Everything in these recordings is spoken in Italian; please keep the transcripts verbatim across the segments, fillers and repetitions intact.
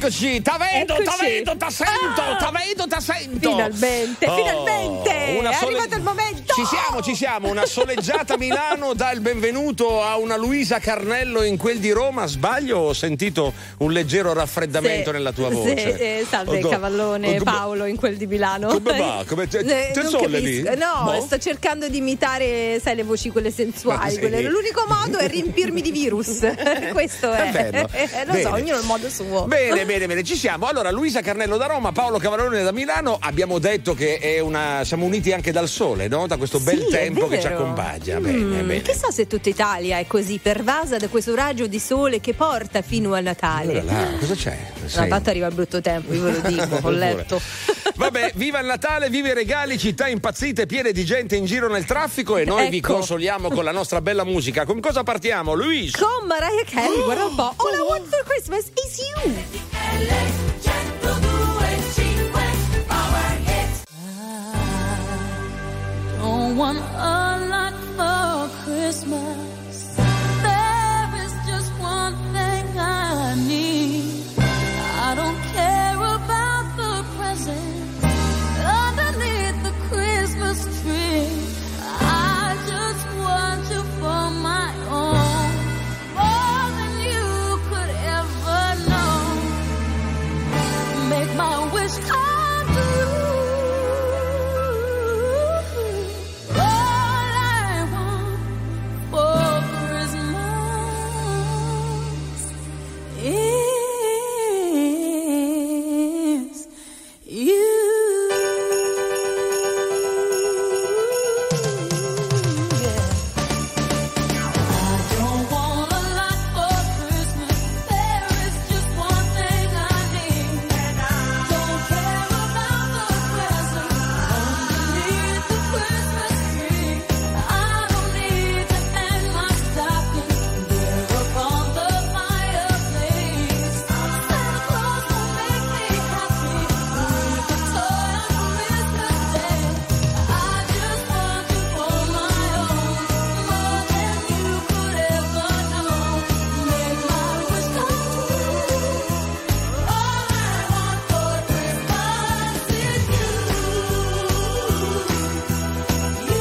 Eccoci, t'avvedo, Eccoci. t'avvedo, t'assento, Ah! t'avvedo, t'assento. Finalmente, Oh, finalmente, una è sole- arrivato il momento. Ci siamo, ci siamo. Una soleggiata Milano dà il benvenuto a una Luisa Carnello in quel di Roma. Sbaglio o ho sentito un leggero raffreddamento Sì, nella tua sì, voce? eh, salve Oh, go- Cavallone oh, come- Paolo in quel di Milano. Come va? Come te- Eh, te non sole lì? capisco. No, Boh. sto cercando di imitare, sai, le voci quelle Ma sensuali. sì. Quelle- L'unico modo è riempirmi di virus. Questo è. È bello. Eh, Lo Bene. so, ognuno ha il modo suo. Bene, bene, bene, ci siamo. Allora, Luisa Carnello da Roma, Paolo Cavallone da Milano. Abbiamo detto che è una. Siamo uniti anche dal sole, no? Da questo bel Sì, è tempo che ci vero. accompagna. Mm, Bene, bene. Chissà se tutta Italia è così pervasa da questo raggio di sole che porta fino a Natale. Allora, là, cosa c'è? No, Sei- tanto arriva il brutto tempo, io ve lo dico, ho letto. Vabbè, viva il Natale, viva i regali, città impazzite, piene di gente in giro nel traffico e noi vi Ecco. consoliamo con la nostra bella musica. Con cosa partiamo, Luis? Con Mariah Carey, guarda un po'. All I want for Christmas is you. Don't want a lot for Christmas. There is just one thing I need. I don't care about the presents underneath the Christmas tree. I just want you for my own, more than you could ever know. Make my wish come true. All I want for Christmas is you. Don't want a lot for Christmas. There is just one thing I need. Don't care about the presents underneath the Christmas tree. I don't need to hang my stocking there upon the fireplace. Santa Claus will make me happy with a toy on Christmas Day. I just want you for my own, more than you could ever know. Make my wish come true. All I want for Christmas is you. You,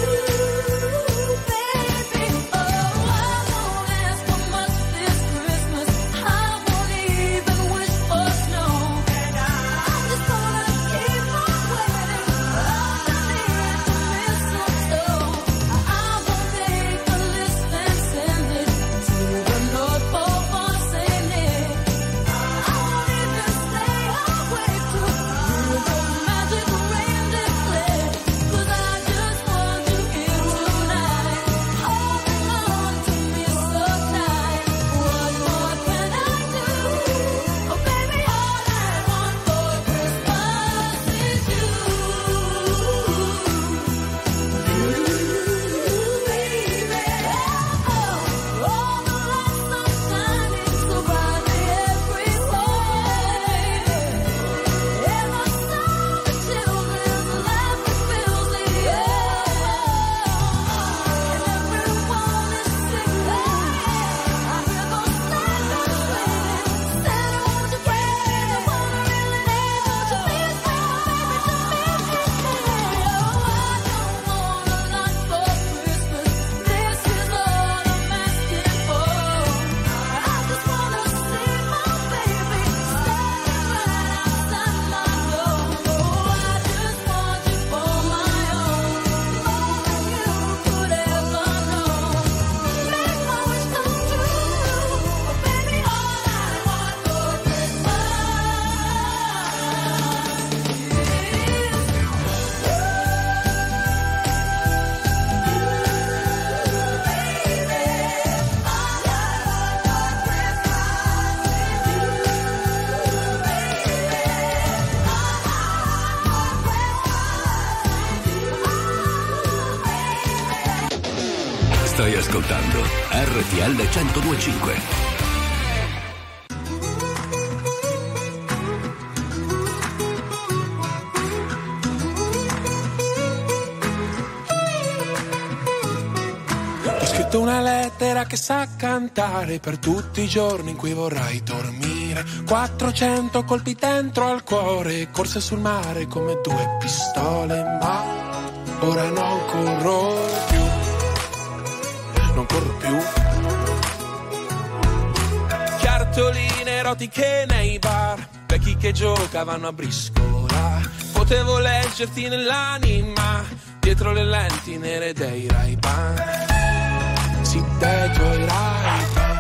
baby. Oh, I won't ask for much this Christmas. I won't even wish for snow. I'm just gonna keep on waiting underneath the mistletoe. I won't make a list and send it to the North Pole for Saint Nick. I won't even stay awake to hear those magic reindeer play. 'Cause I just want you here tonight, holding on to me so tight. What more can I do? Oh baby, all I want for Christmas is you. You, baby. Oh, all the lights are shining so brightly everywhere. And the sound of children's laughter fills the air. And everyone is singing. I hear those sleigh bells ringing. Santa, won't you please, I wanna really need, won't you please bring my baby to me today? Oh, I don't want a lot for Christmas. This is all I'm asking for. I just wanna see my baby standing right outside my door. Oh, I just want you for my own, more than you could ever know. Make my wish come true. Oh, baby, all I want for Christmas Stai ascoltando R T L centodue e cinque. Ho scritto una una lettera che sa cantare per tutti i giorni in cui vorrai dormire. Quattrocento colpi dentro al cuore, corse sul mare come due pistole, ma ora non corro più, non corro più. Cartoline erotiche nei bar, vecchi che giocavano a briscola. Potevo leggerti nell'anima, dietro le lenti nere dei Ray-Ban. Sì, dei tuoi Ray-Ban.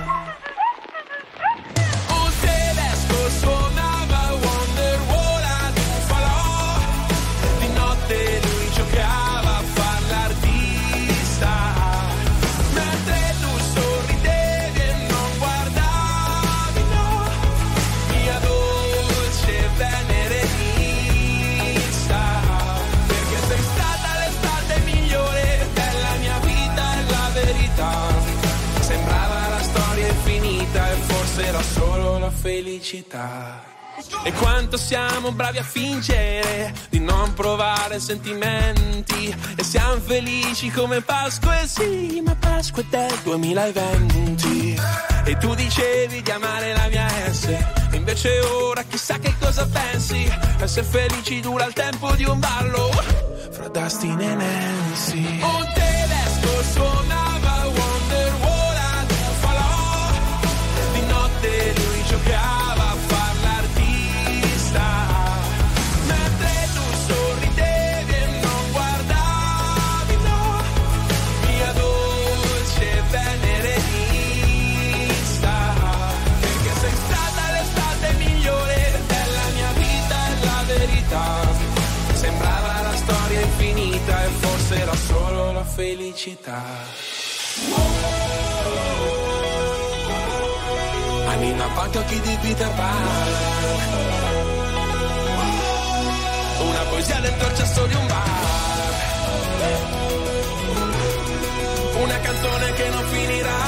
Un tedesco suonava Wonderwall a Buffalo. Di notte lui giocava a far l'artista, mentre tu sorridevi e non guardavi, no, mia dolce venerenista, perché sei stata l'estate migliore della mia vita e la verità. Sembrava la storia infinita e forse era solo la felicità. E quanto siamo bravi a fingere di non provare sentimenti, e siamo felici come Pasqua, e sì, ma Pasqua è del duemilaventi. E tu dicevi di amare la mia S, invece ora chissà che cosa pensi. Essere felici dura il tempo di un ballo fra Dustin e Nancy. Un tedesco suonava Wonderwall a Buffalo. Di notte lui giocava a far l'artista, mentre tu sorridevi e non guardavi, no, mia dolce venerenista, perché sei stata l'estate migliore della mia vita e la verità. Sembrava la storia infinita e forse era solo la felicità. Anima quanto chi di Peter Pan, una poesia dentro il cesso di un bar, una canzone che non finirà.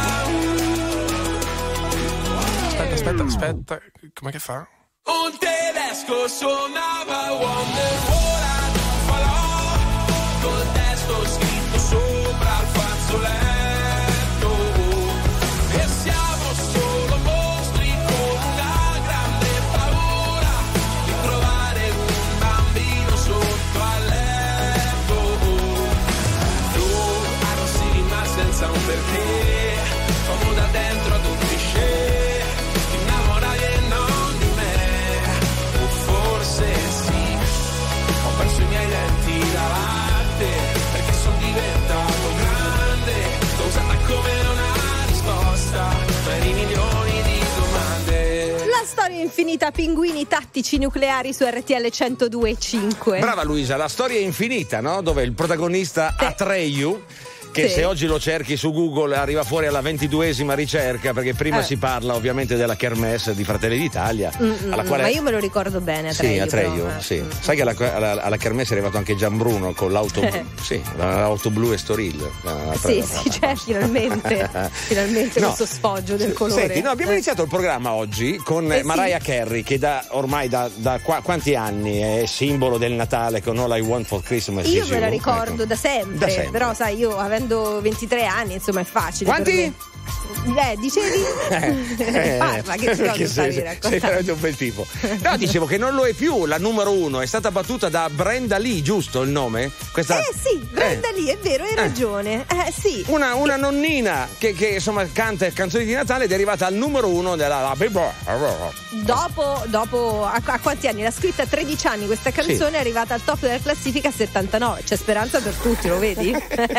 Aspetta, aspetta, aspetta, com'è che fa? Un tedesco suonava Wonderwall a Buffalo, col testo scritto sopra il fazzoletto, e siamo solo mostri con una grande paura di trovare un bambino sotto al letto. Tu arrossi ma senza un perché, come da dentro ad un cliché, ti innamorai e non di me. Forse sì, ho perso i miei denti da latte, perché sono diventato grande. L'ho usata come una risposta per i milioni di domande. La storia infinita, pinguini tattici nucleari su R T L centodue e cinque. Brava Luisa, la storia è infinita, no? Dove il protagonista Sì. Atreyu, che Sì. se oggi lo cerchi su Google arriva fuori alla ventiduesima ricerca, perché prima Eh. si parla ovviamente della kermesse di Fratelli d'Italia, Mm, alla mm, quale... Ma io me lo ricordo bene, Atreyu. Sì, Atreyu, però, eh. sì. Sai che alla, alla, alla kermesse è arrivato anche Gianbruno con l'auto, Eh. sì, l'auto blu Estoril. La- Sì, la- sì, cioè, finalmente, finalmente No. questo sfoggio del colore. Senti, no, abbiamo Eh. iniziato il programma oggi con Eh sì. Mariah Carey, che da ormai da, da qua- quanti anni è simbolo del Natale con All I Want for Christmas Io Is me la You. ricordo Ecco. da sempre, Da sempre. però sai, io avendo ventitré anni, insomma, è facile. Quanti? per me. Eh, dicevi? Eh, Parla, che cosa perché stavi sei, sei raccontando? veramente un bel tipo. No, dicevo che non lo è più la numero uno, è stata battuta da Brenda Lee, giusto il nome? Questa... Eh sì, Brenda Eh. Lee, è vero, hai ragione. Eh sì. Una, una nonnina che, che insomma canta canzoni di Natale ed è arrivata al numero uno della la Billboard. Dopo, dopo a, a quanti anni? L'ha scritta a tredici anni questa canzone, Sì. è arrivata al top della classifica a settantanove. C'è speranza per tutti, lo vedi?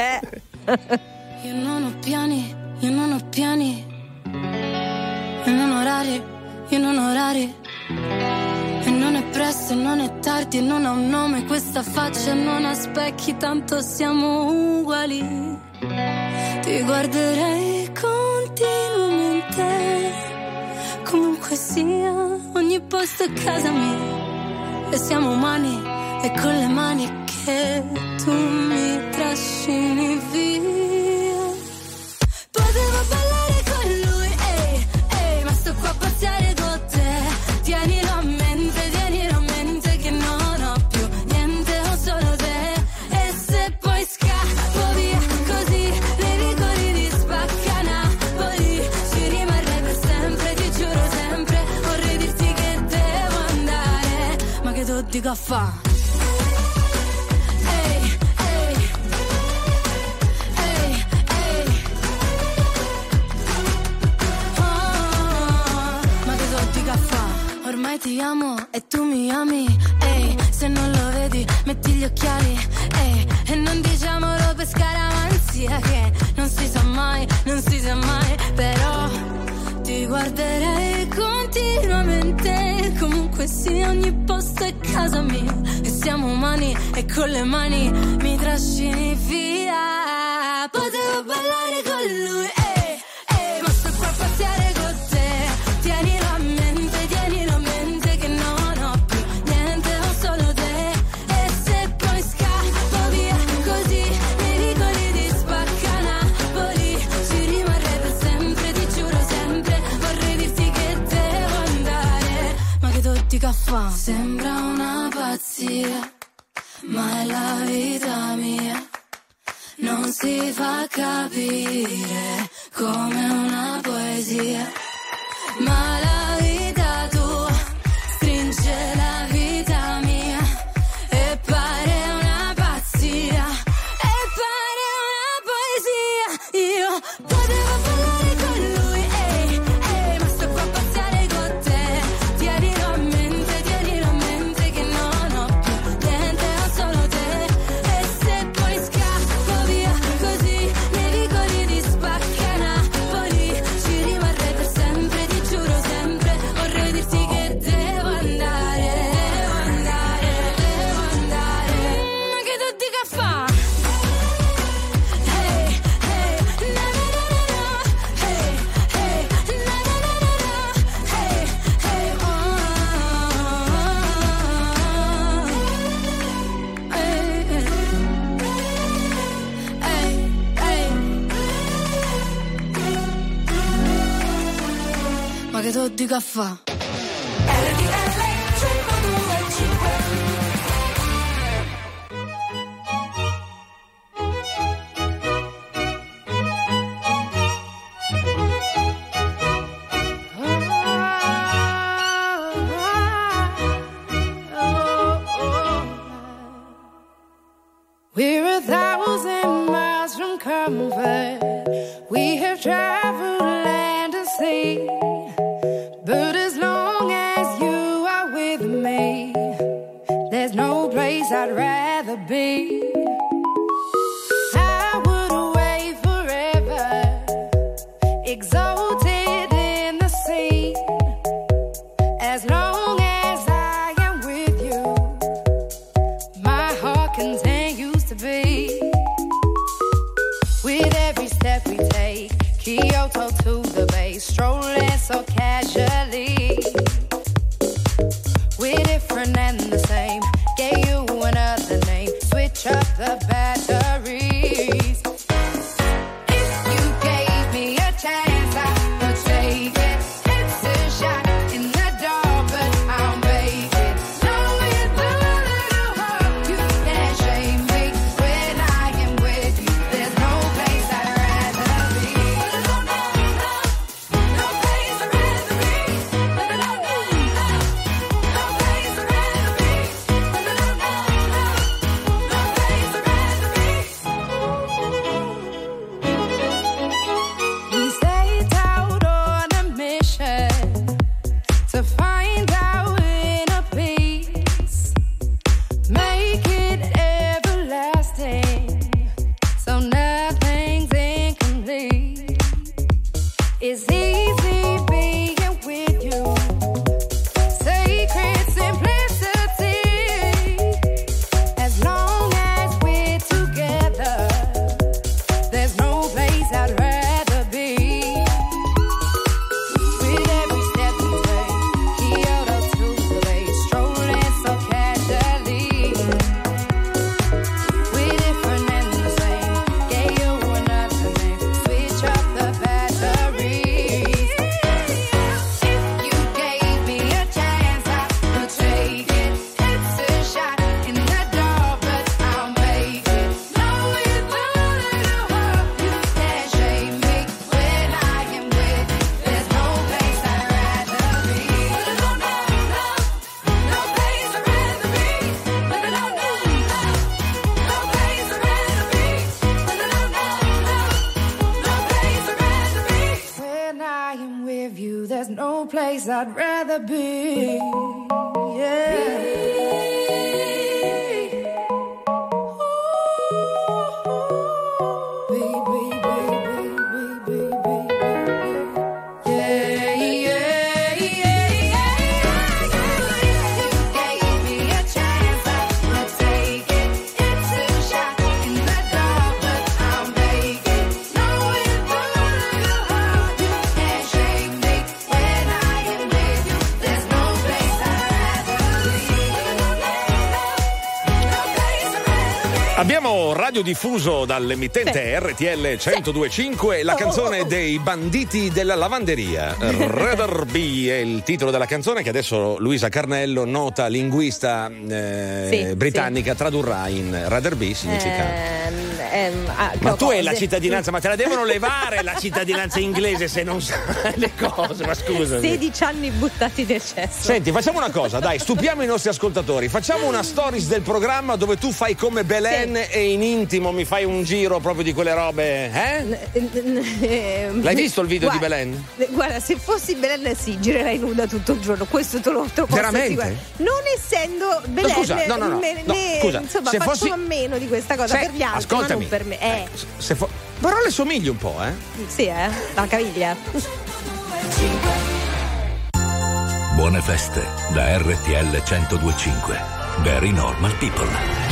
Io non ho piani, io non ho piani, io non ho orari, io non ho orari, e non è presto e non è tardi e non ha un nome questa faccia, non ha specchi, tanto siamo uguali. Ti guarderei continuamente, comunque sia, ogni posto è casa mia, e siamo umani e con le mani che tu mi trascini via. Potevo ballare con lui, ehi, ehi, ma sto qua a passare con te. Tienilo a mente, tienilo a mente che non ho più niente, ho solo te. E se poi scappo via così, nei vicoli di spacca tutti caffè. Ehi, ehi, ehi, ehi. Oh, ma che tutti caffè. Ormai ti amo e tu mi ami. Ehi, se non lo vedi metti gli occhiali. Ehi, e non diciamolo per scaramanzia, che non si sa mai, non si sa mai. Però ti guarderei continuamente, comunque sia, ogni posto è casa mia. E siamo umani e con le mani mi trascini via. Potevo ballare con lui, eh, eh, ma sto qua a paziare con te. Tienilo a mente, tienilo a mente che non ho più niente, ho solo te. E se poi scappo via così, nei vicoli di Spacca Napoli, ci rimarrei per sempre, ti giuro sempre. Vorrei dirti che devo andare, ma che tutti caffè. Sembra una pazzia, ma è la vita mia. Non si fa capire come una poesia, ma la vita tua stringe la vita mia e pare una pazzia, e pare una poesia. Io potevo ballare con lui, ehi, ehi, ma sto qua a pazzare con te. Tienilo a mente, tienilo a mente che non ho più niente, ho solo te. E se poi scappo via così, nei vicoli di Spacca Napoli, ci rimarrei per sempre, ti giuro sempre. Vorrei dirti che devo andare, devo andare, devo andare. Ma che tutti caffè. Hey, hey, na na na na na. Hey, hey, na na na na na. Hey, hey, oh. Hey, hey, hey. Ma che tutti caffè. We're a thousand miles from comfort. We have traveled land and sea. But as long as you are with me, there's no place I'd rather be. I would away forever, exalted in the sea. As long as I am with you, my heart continues to beat. With every step we take, Kyoto to the bay, strolling so casually. We're different and the same, gave you another name, switch up the batteries. If you gave me a chance, I would take it. It's a shot in the dark, but I'll make it. Knowing the little heart, you can't shame me. When I am with you, there's no place I'd rather be. No place I'd rather be. there's no place I'd rather be. Yeah. Abbiamo radiodiffuso dall'emittente R T L centodue e cinque la canzone dei Banditi della Lavanderia. Rather Be è il titolo della canzone che adesso Luisa Carnello, nota linguista eh, Sì, britannica, tradurrà in Rather Be significa. Ehm, ehm, ah, Ma tu cose. hai la cittadinanza, ma te la devono levare la cittadinanza inglese se non sai le cose, ma scusa. sedici anni buttati nel cesso. Senti, facciamo una cosa, dai, stupiamo i nostri ascoltatori. Facciamo una stories del programma dove tu fai come Belen e in intimo mi fai un giro proprio di quelle robe, eh? L'hai visto il video guarda, di Belen? Guarda, se fossi Belen sì, girerei nuda tutto il giorno. Questo te lo, te lo posso Veramente? assicurare. Non essendo Belen, scusa, no, no, no, me- no, ne- scusa, insomma, se faccio fossi- a meno di questa cosa Se- per gli altri, ascoltami. ma non per me. Eh, Se fo- Però le somigli un po', eh? sì, eh, la caviglia. Buone feste da R T L centodue e cinque. Very Normal People.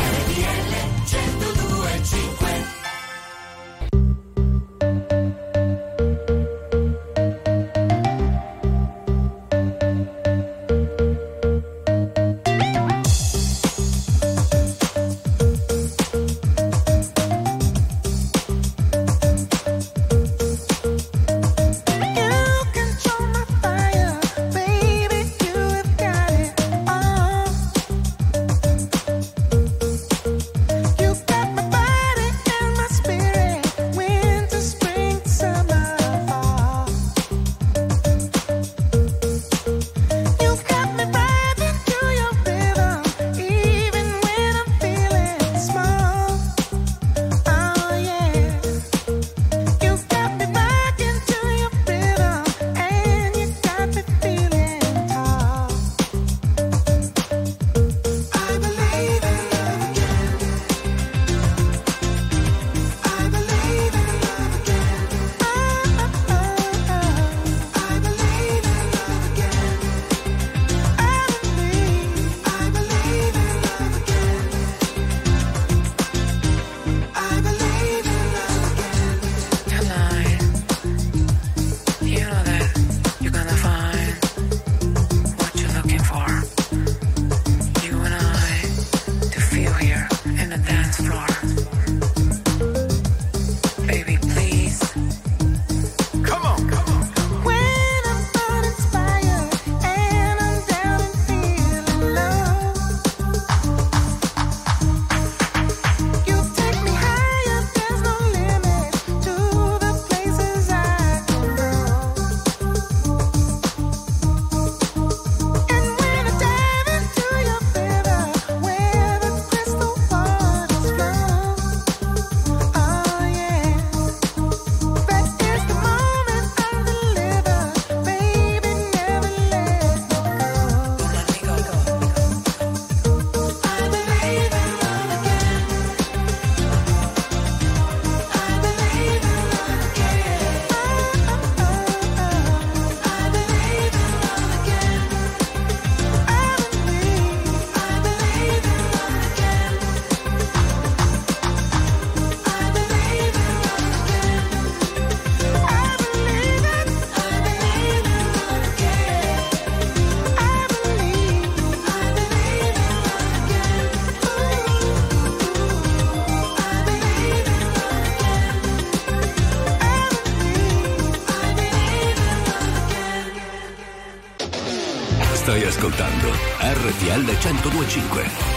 Stai ascoltando R T L centodue e cinque.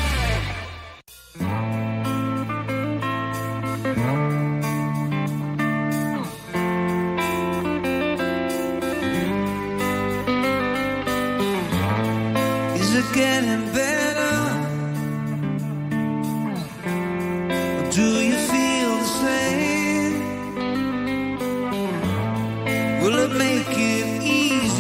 Is it getting better? Or do you feel the same? Will it make it easier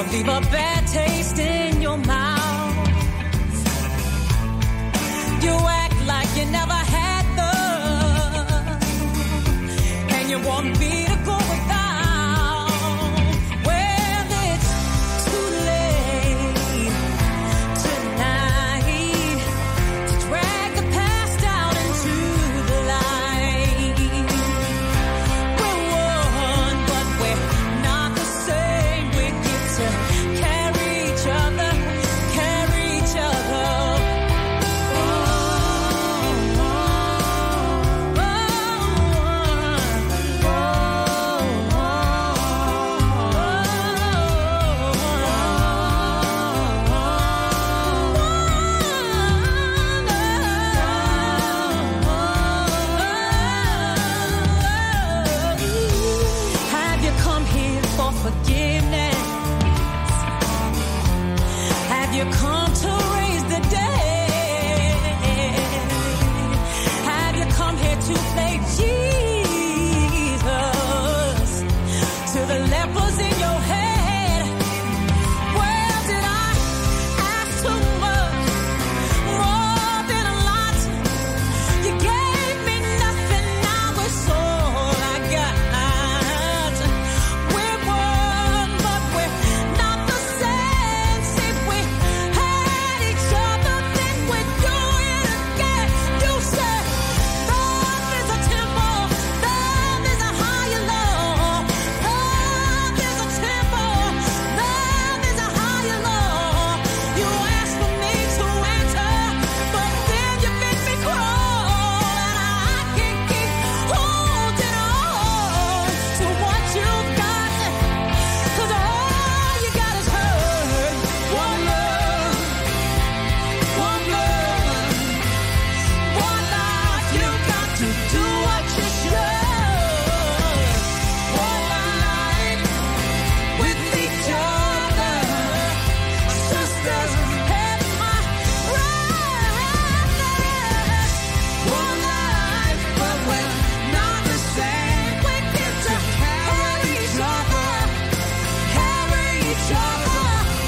leave a bad taste in your mouth. You act like you never had love, and you want me to go without. Well, it's too late tonight to drag the past out into the light. We're one, but we're not the same. We get to carry each other, carry each other. Have you come here for forgiveness? Have you come to raise the dead? Have you come here to play Jesus to the lepers in your head? Well, did I ask too much? More than a lot. You gave me nothing, now it's all I got. We're one, but we're not the same. See, we had each other, then we do it again. You said love is a temple, love is a higher law. Love is a temple, love is a higher law. You asked for me to enter, but then you made me crawl, and I can't keep holding on to what you got, 'cause all you got is hurt. One love, one love, one life. You got to do what you should. One life with each other, sisters and my brothers. One life, but we're not the same. We get to carry each other, carry each other.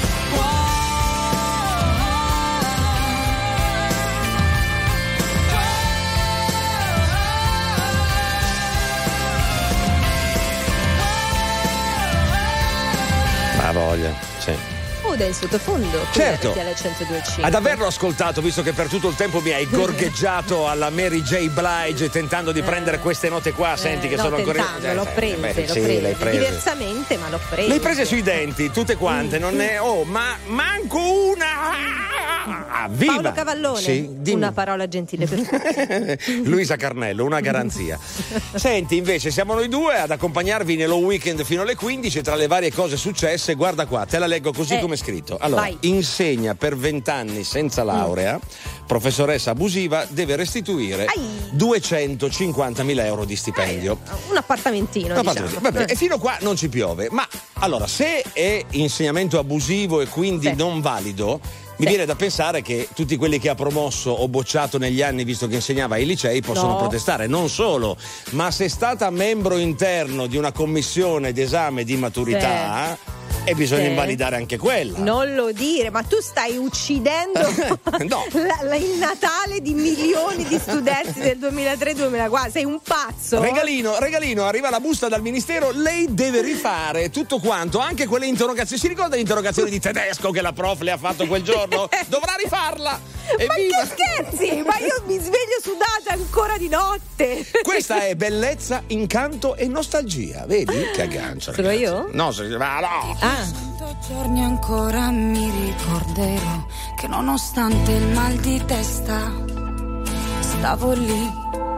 Ma voglia, sì. O del sottofondo. qui Certo. a R T L centodue e cinque. Ad averlo ascoltato, visto che per tutto il tempo mi hai gorgheggiato alla Mary J. Blige tentando di prendere queste note qua, senti che no, sono ancora tentando, eh, l'ho eh, prese, beh, l'ho sì, prese. l'hai prese. Diversamente, ma l'ho prese. Le hai prese sui denti, tutte quante, non ne oh, ma manco una. Ah, viva! Paolo Cavallone, Sì, dimmi. una parola gentile per Luisa Carnello, una garanzia. Senti, invece, siamo noi due ad accompagnarvi nello weekend fino alle quindici. Tra le varie cose successe, guarda qua, te la leggo così Eh, come è scritto. Allora, vai. insegna per vent'anni senza laurea, professoressa abusiva, deve restituire Ai. duecentocinquantamila euro di stipendio. un appartamentino, No, diciamo. fatto- vabbè, e fino a qua non ci piove. Ma allora, se è insegnamento abusivo e quindi Sì. non valido, mi Sì. viene da pensare che tutti quelli che ha promosso o bocciato negli anni, visto che insegnava ai licei, possono No. protestare. Non solo, ma se è stata membro interno di una commissione d'esame di maturità, e bisogna Sì. invalidare anche quella. Non lo dire, ma tu stai uccidendo No. la- la- il Natale di milioni di studenti del duemilatré duemilaquattro. Sei un pazzo. Regalino, regalino, arriva la busta dal ministero, lei deve rifare tutto quanto, anche quelle interrogazioni. Si ricorda l'interrogazione di tedesco che la prof le ha fatto quel giorno? Dovrà rifarla! Ma Evviva! che scherzi? Ma io mi sveglio sudata ancora di notte. Questa è bellezza, incanto e nostalgia, vedi? Che aggancio. Sono ragazzi. io? No, se- ma no! Ah, Cento giorni ancora mi ricorderò che nonostante il mal di testa stavo lì.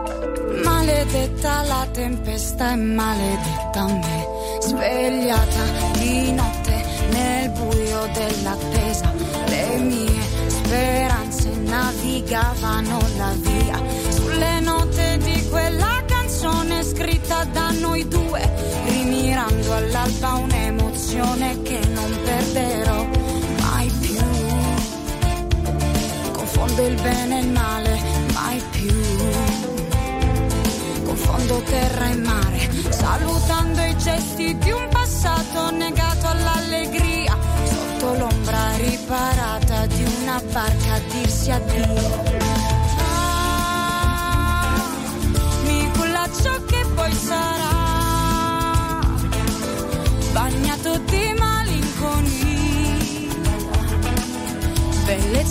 Maledetta la tempesta e maledetta me, svegliata di notte nel buio dell'attesa. Le mie speranze navigavano la via sulle note di quella canzone scritta da noi due, rimirando all'alba un'emozione che non perderò mai più. Confondo il bene e il male, mai più. Confondo terra e mare, salutando i gesti di un passato negato all'allegria.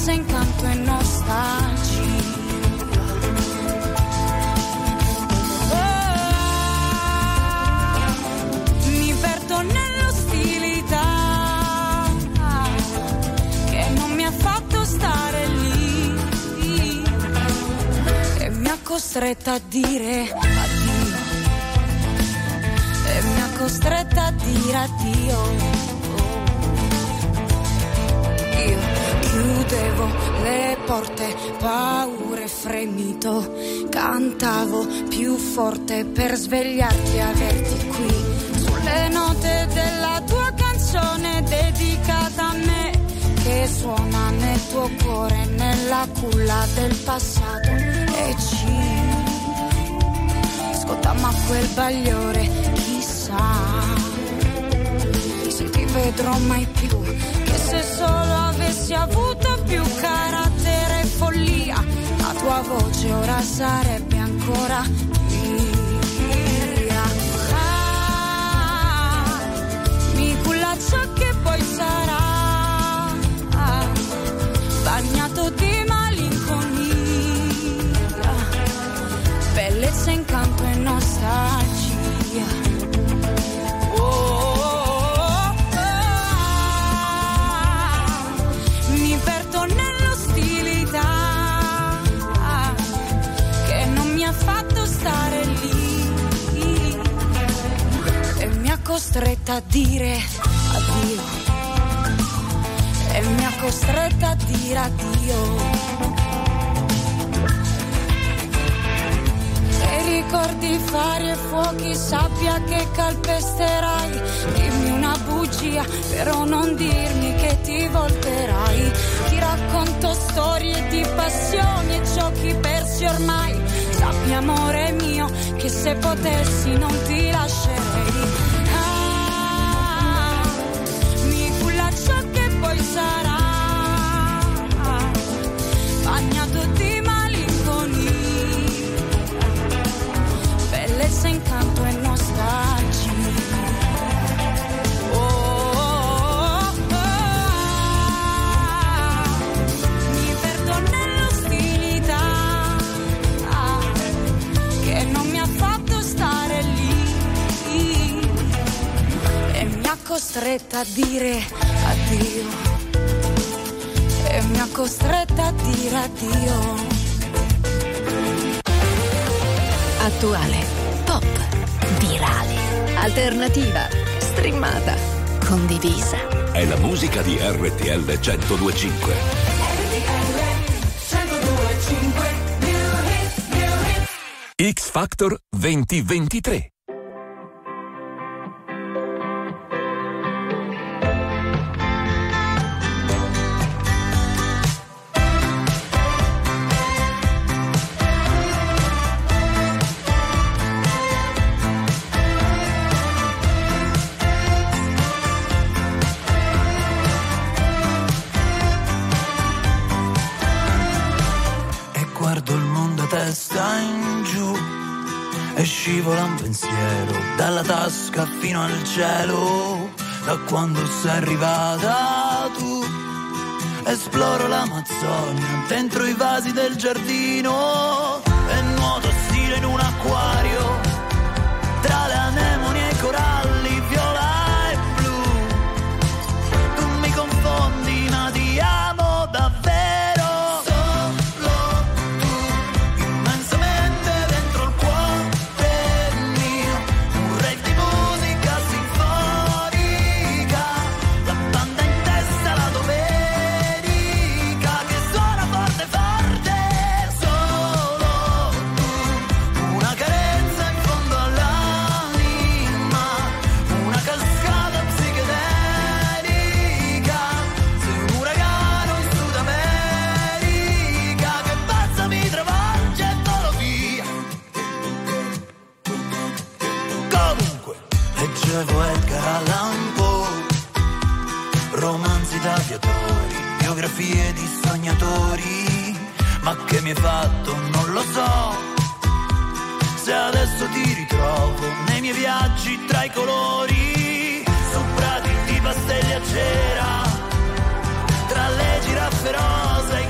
bellezza, incanto e nostalgia. Oh, mi perdo nell'ostilità che non mi ha fatto stare lì e mi ha costretta a dire addio, e mi ha costretta a dire addio. Io chiudevo le porte, paure, fremito, cantavo più forte per svegliarti e averti qui, sulle note della tua canzone dedicata a me, che suona nel tuo cuore, nella culla del passato, e ci scottammo a quel bagliore, chissà se ti vedrò mai più, che se solo avessi avuto più carattere e follia, la tua voce ora sarebbe ancora mia. Ah, mi culla ciò che poi sarà, ah, bagnato di malinconia, bellezza, incanto e nostalgia. Fatto stare lì e mi ha costretta a dire addio, e mi ha costretta a dire addio. E ricordi fari e fuochi, sabbia che calpesterai, dimmi una bugia, però non dirmi che ti volterai. Ti racconto storie di passione, giochi persi ormai. Sappi, amore mio, che se potessi non ti lascerei. Ah, mi culla ciò che poi sarà, bagnato di malinconia, bellezza, incanto e nostalgia. Oh, oh, oh, ah, mi perdo nell'ostilità che non mi ha fatto stare lì e mi ha costretta a dire addio, e mi ha costretta a dire addio. Attuale, pop, virale, alternativa, streamata, condivisa. È la musica di R T L centodue e cinque. X Factor duemilaventitré. E scivola un pensiero dalla tasca fino al cielo, da quando sei arrivata tu. Esploro l'Amazzonia dentro i vasi del giardino e nuoto stile in un acquario tra le anemoni e i coralli viola e blu. Tu mi confondi ma ti amo davvero. Edgar Allan Poe, romanzi d'aviatori, biografie di sognatori. Ma che mi hai fatto non lo so, se adesso ti ritrovo nei miei viaggi tra i colori, su prati di pastelli a cera, tra le giraffe rosa e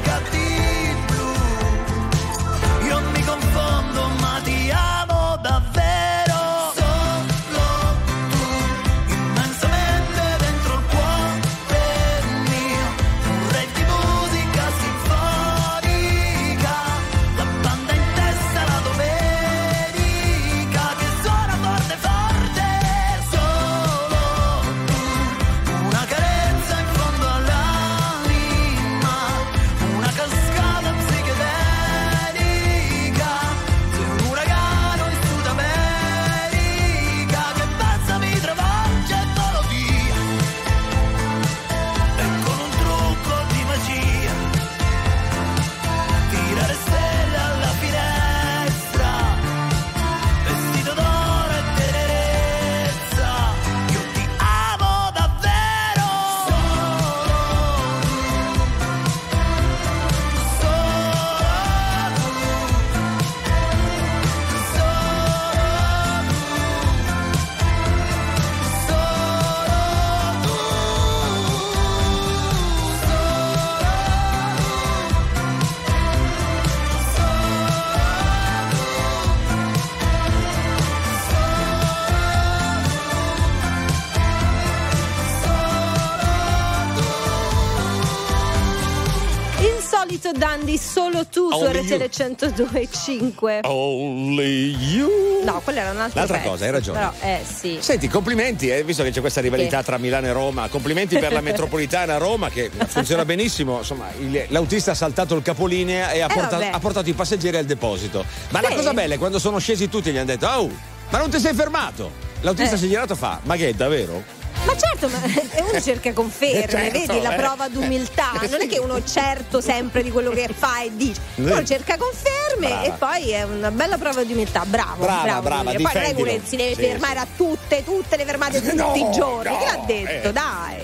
solito Dandy, solo tu su Only R T L centodue e cinque. Only you. No, quella era un'altra L'altra pezzo, cosa, hai ragione. Però, eh sì. Senti, complimenti, eh, visto che c'è questa rivalità Sì. tra Milano e Roma, complimenti per la metropolitana Roma che funziona benissimo. Insomma, il- l'autista ha saltato il capolinea e ha, porta- vabbè. ha portato i passeggeri al deposito. Ma la Sì. cosa bella è quando sono scesi tutti e gli hanno detto: oh, ma non ti sei fermato? L'autista Eh. si è girato e fa: ma che è davvero? Ma certo, ma uno cerca conferme, Certo, vedi la eh. prova d'umiltà. Non è che uno è certo sempre di quello che fa e dice. Uno Sì. cerca conferme Brava. e poi è una bella prova di umiltà. Bravo, Brava, bravo. brava, devo dire. Poi non è che uno difendilo. si deve Sì, fermare a tutte, tutte le fermate tutti No, i giorni. no, Chi l'ha detto? eh. Dai.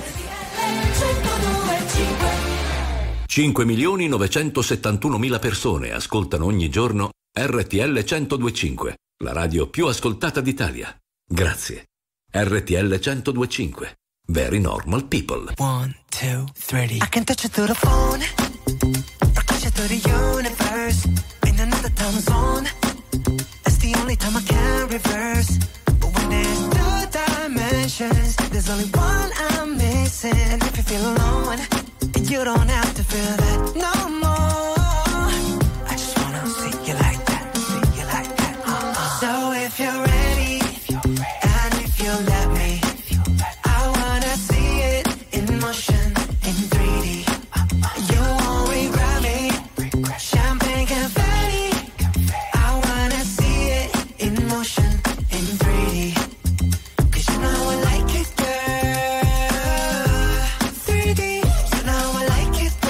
cinque milioni novecentosettantunomila persone ascoltano ogni giorno R T L centodue e cinque, la radio più ascoltata d'Italia. Grazie. R T L centodue e cinque. Very normal people. One, two, three. I can touch you through the phone, or touch you through the universe. In another time zone, that's the only time I can reverse. But when there's two dimensions, there's only one I'm missing. And if you feel alone, you don't have to feel that no more. I just wanna see you like that, see you like that. Uh-uh. So if you're ready, and if you let me, I wanna see it in motion, in three D. You won't regret me. Champagne confetti. I wanna see it in motion, in three D. 'Cause you know I like it, girl. three D. You know I like it,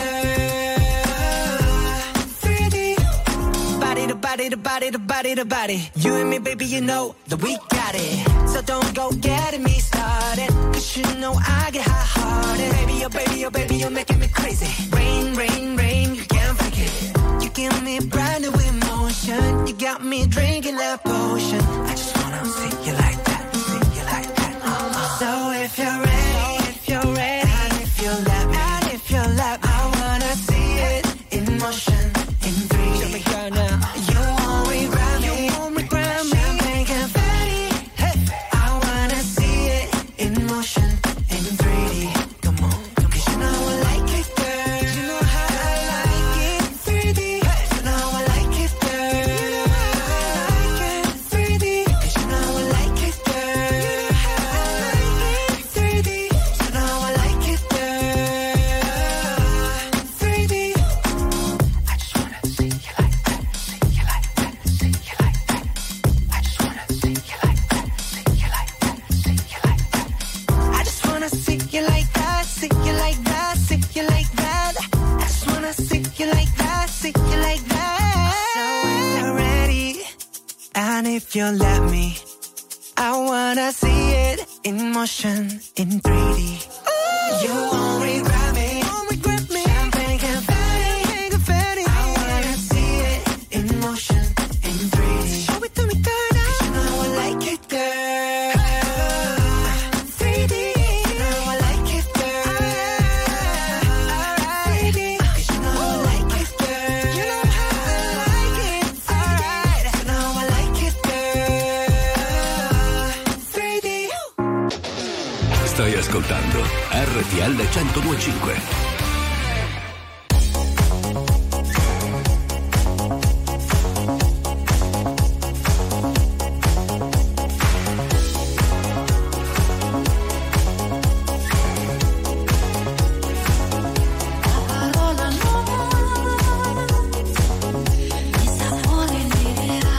girl. three D. Body to body to body to body to body. You and me, baby, you know that we got it. So don't go getting me started. 'Cause you know I get hot-hearted. Baby, oh baby, oh baby, you're making me crazy. Rain, rain, rain, you can't fake it. You give me brand new emotion. You got me drinking that potion. I just wanna see you like that, see you like that. Uh-uh. So if you're ready, if you're ready, and if you let me, and if you let me, I wanna see it in motion, in three D. Show me girl now. You won't regret me. You won't regret me. Champagne confetti. Hey. I wanna see it in motion, in three D. Come on, come on. 'Cause you know I like it, girl. You know how I like it. three D. You know I like it, girl. You know how I like it. three D. 'Cause you know I like it, girl. You know how I like it. three D. You know I like it, girl. three D. I just wanna see you like that, see you like that, see you like that. I just wanna see you like that, see you like that, see you like that. I just wanna see you like that, see you like that, see you like that. I just wanna see you like that, see you like that. So if you're ready, and if you let me, I wanna see it in motion, in three D. You won't regret me. Won't regret me. Champagne confetti, confetti. I wanna see it in motion, in three D. Show it to me, girl. 'Cause you know I like it, girl. three D. You know I like it, girl. Alright. three D. 'Cause you know I like it, girl. You know how I like it. Alright. You know I like it, girl. three D. Stai ascoltando R T L centodue e cinque. Parola nuova, mi sapore liberà,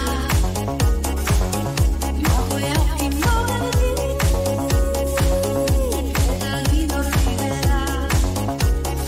ma poi occhi nuovi, da lì non arriverà.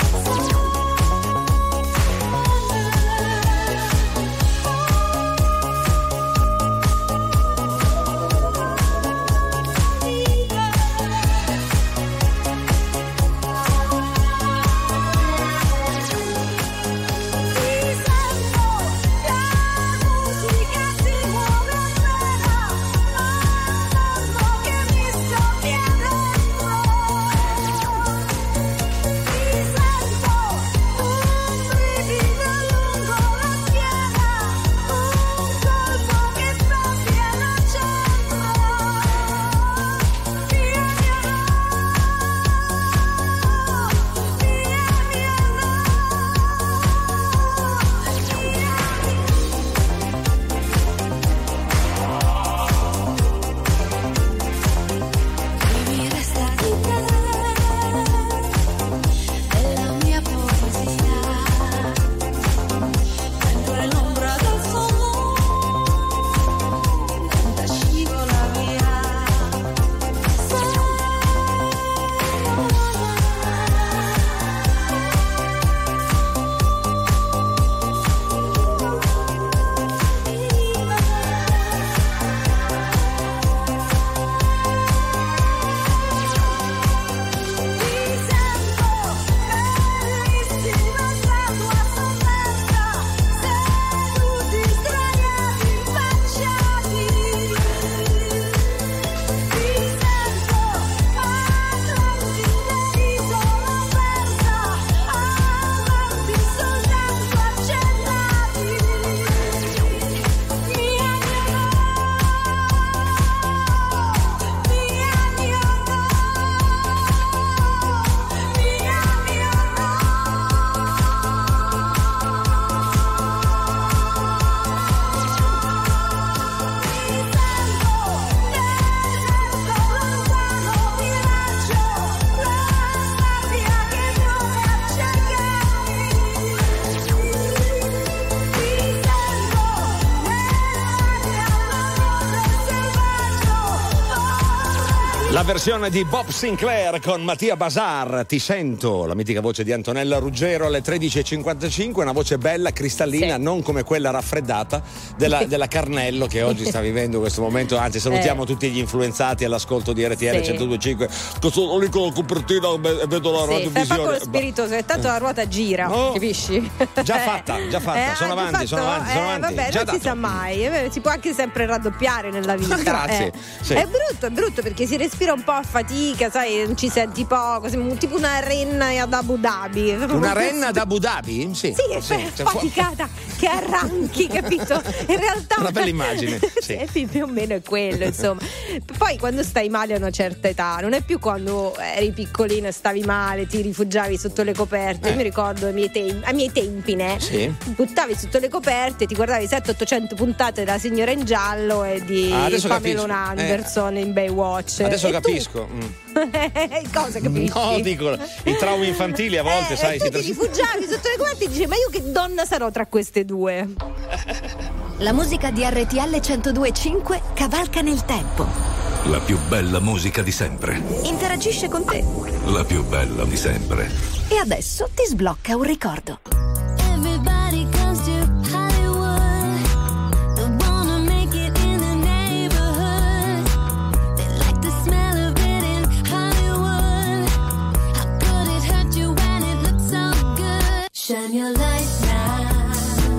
versione di Bob Sinclair con Mattia Bazar, Ti sento, la mitica voce di Antonella Ruggero alle tredici e cinquantacinque, una voce bella, cristallina, sì. non come quella raffreddata della, della Carnello che oggi sta vivendo questo momento, anzi salutiamo eh. tutti gli influenzati all'ascolto di R T L sì. centodue e cinque, che sono lì con la copertina e vedo la sì, radiovisione. Fai poco lo spiritoso, che tanto la ruota gira, no. capisci? Già fatta, già fatta, eh, sono, avanti, fatto, sono avanti, sono eh, avanti, vabbè, già non dato. si sa mai, eh, si può anche sempre raddoppiare nella vita. Grazie. Eh. Sì. È brutto, è brutto perché si respira un po' a fatica, sai, non ci senti poco, tipo una renna ad Abu Dhabi. Una renna ad Abu Dhabi? Sì, sì, è sì, faticata, che arranchi, capito? In realtà una bella immagine. Sì. sì, più o meno è quello, insomma. Poi quando stai male a una certa età, non è più quando eri piccolino e stavi male, ti rifugiavi sotto le coperte. Eh. Io mi ricordo ai miei, te- ai miei tempi, ne? Sì. Buttavi sotto le coperte, ti guardavi settecento ottocento puntate della Signora in Giallo e di ah, Pamela capisco. Anderson eh. in Baywatch. Adesso e capisco. Mm. Cosa capisci? No, dico, i traumi infantili a volte, eh, sai, e tu si ti rifugiavi sotto le coperte e dici, ma io che donna sarò tra queste due? La musica di R T L centodue e cinque cavalca nel tempo. La più bella musica di sempre. Interagisce con te. La più bella di sempre. E adesso ti sblocca un ricordo. Everybody comes to Hollywood. They wanna make it in the neighborhood. They like the smell of it in Hollywood. How could it hurt you when it looks so good? Shine your light now.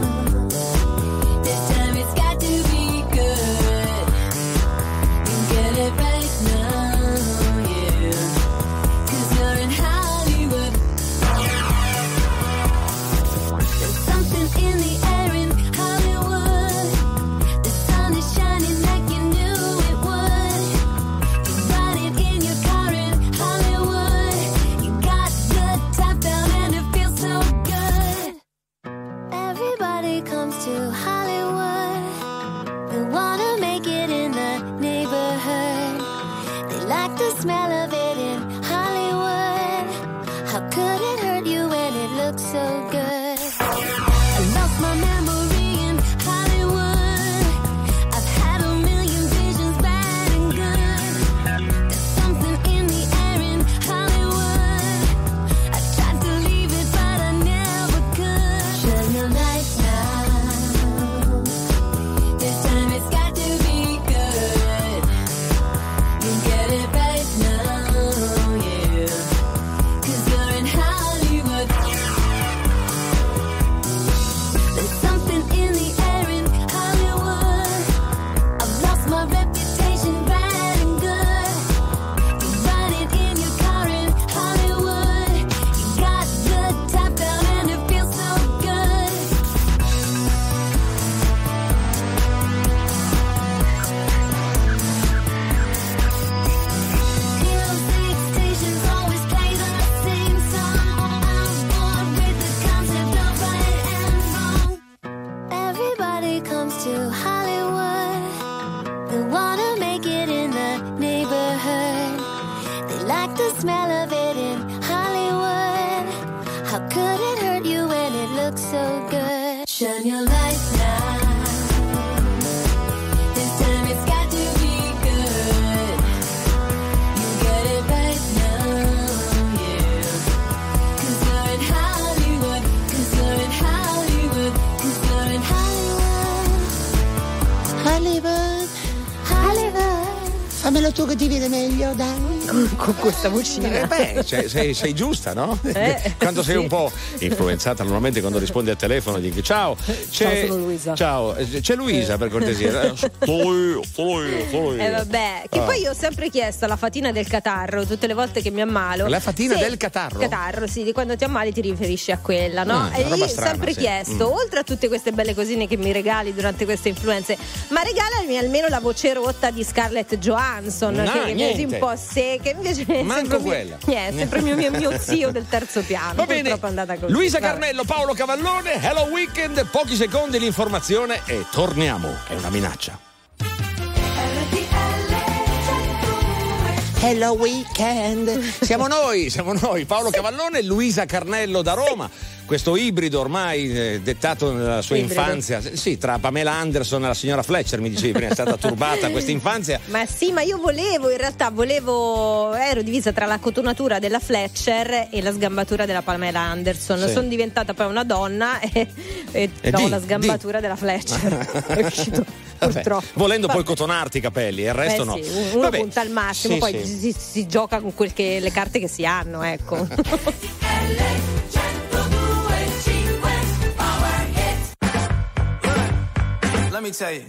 This time it's got to be good. You get it right now, yeah. 'Cause you're in Hollywood. There's something in the air in Hollywood. The sun is shining like you knew it would. You ride it in your car in Hollywood. You got the top down and it feels so good. Everybody comes to Hollywood. They wanna make it in the neighborhood. They like the smell of it in Hollywood. How could it hurt you when it looks so good? I lost my memory in Hollywood. I've had a million visions, bad and good. There's something in the air in Hollywood. I tried to leave it, but I never could. Shine your light now. This time it's got to be good. You get it right now, yeah. 'Cause you're in Hollywood. There's something in the air in Hollywood. I've lost my reputation, bad and good. You ride it in your car in Hollywood. You got the top down and it feels so good. Music stations always play the same song. I'm bored with the concept of right and wrong. Everybody comes to Hollywood. They wanna make it in the neighborhood. They like the smell of it in Hollywood. How could it hurt you when it looks so good? Shine your light now. This time it's got to be good. You get it right now, yeah. 'Cause you're in Hollywood. 'Cause you're in Hollywood. 'Cause you're in Hollywood. Hollywood, Hollywood. fammelo tu che ti vede meglio, dai. Con questa vocina. Eh beh, cioè, sei, sei giusta, no? Eh, quando sei sì. un po' influenzata, normalmente quando rispondi al telefono dici ciao, c'è, Ciao, sono Luisa. ciao, eh, c'è Luisa per cortesia. Sono io, sono io, sono io. Eh vabbè, che Ah. poi io ho sempre chiesto la fatina del catarro tutte le volte che mi ammalo. La fatina Se- del catarro? Catarro, sì, di quando ti ammali ti riferisci a quella, no? Ah, e una roba io ho strana, sempre sì. chiesto, Mm. oltre a tutte queste belle cosine che mi regali durante queste influenze, ma regalami almeno la voce rotta di Scarlett Johansson, No, che è niente. un po' secca, invece è Manco sempre mio- quella. Niente, è sempre mio, mio, mio zio del terzo piano. Va bene, Purtroppo è andata così. Luisa Vabbè. Carnello, Paolo Cavallone, Hello Weekend, pochi secondi l'informazione e torniamo. È una minaccia. R T L Hello Weekend. Siamo noi, siamo noi, Paolo Cavallone e Luisa Carnello da Roma. Questo ibrido ormai eh, dettato nella sua Ibrido. infanzia, sì, tra Pamela Anderson e la signora Fletcher, mi dicevi prima, è stata turbata questa infanzia. Ma sì, ma io volevo, in realtà volevo, ero divisa tra la cotonatura della Fletcher e la sgambatura della Pamela Anderson. Sì. Sono diventata poi una donna e, e, E no, di, la sgambatura della Fletcher. È uscito, Vabbè, purtroppo. volendo poi Vabbè. cotonarti i capelli, e il resto Eh no. sì, uno Vabbè, punta al massimo, sì, poi sì. Si, si gioca con quel che, le carte che si hanno, ecco. Let me tell you.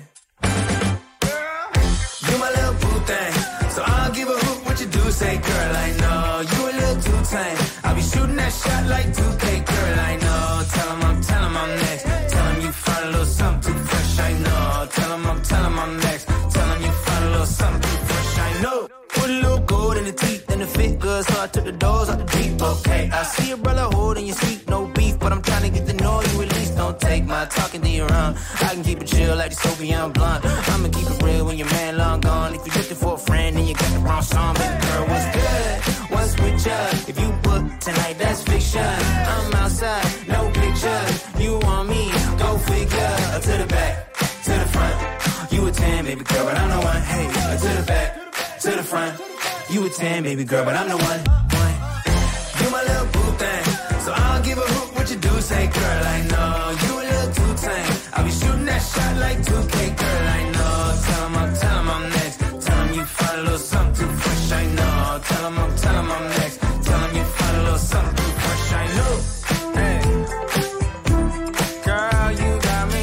You my little boo thing, so I'll give a hoot what you do. Say, girl, I know you a little too tame. I'll be shooting that shot like two K, girl, I know. Tell 'em I'm, tell 'em I'm next. Tell 'em you find a little something too fresh, I know. Tell 'em I'm, tell 'em I'm next. Tell 'em you find a little something too fresh, I know. Put a little gold in the teeth and the fit good, so I took the doors out the deep. Okay, I see a brother holding your seat, no beef, but I'm trying to get to know you at least. Don't take my talking to your own. I can keep it chill like the Soviet blonde. I'ma keep it real when your man long gone. If you're looking for a friend and you got the wrong song, baby girl, what's good? What's with ya? If you book tonight, that's fiction. I'm outside, no pictures. You want me? Go figure. To the back, to the front. You a ten, baby girl, but I'm the one. Hey, to the back, to the front. You a ten, baby girl, but I'm the one. one. You my little boo thing, so I'll give a hoot what you do. Say, girl, I know you a little too tame. I'll be shooting that shot like two K, girl, I know. Tell 'em I'm, tell 'em I'm next. Tell 'em you find a little something too fresh, I know. Tell 'em I'm, tell 'em I'm next. Tell 'em you find a little something too fresh, I know. Hey, girl, you got me.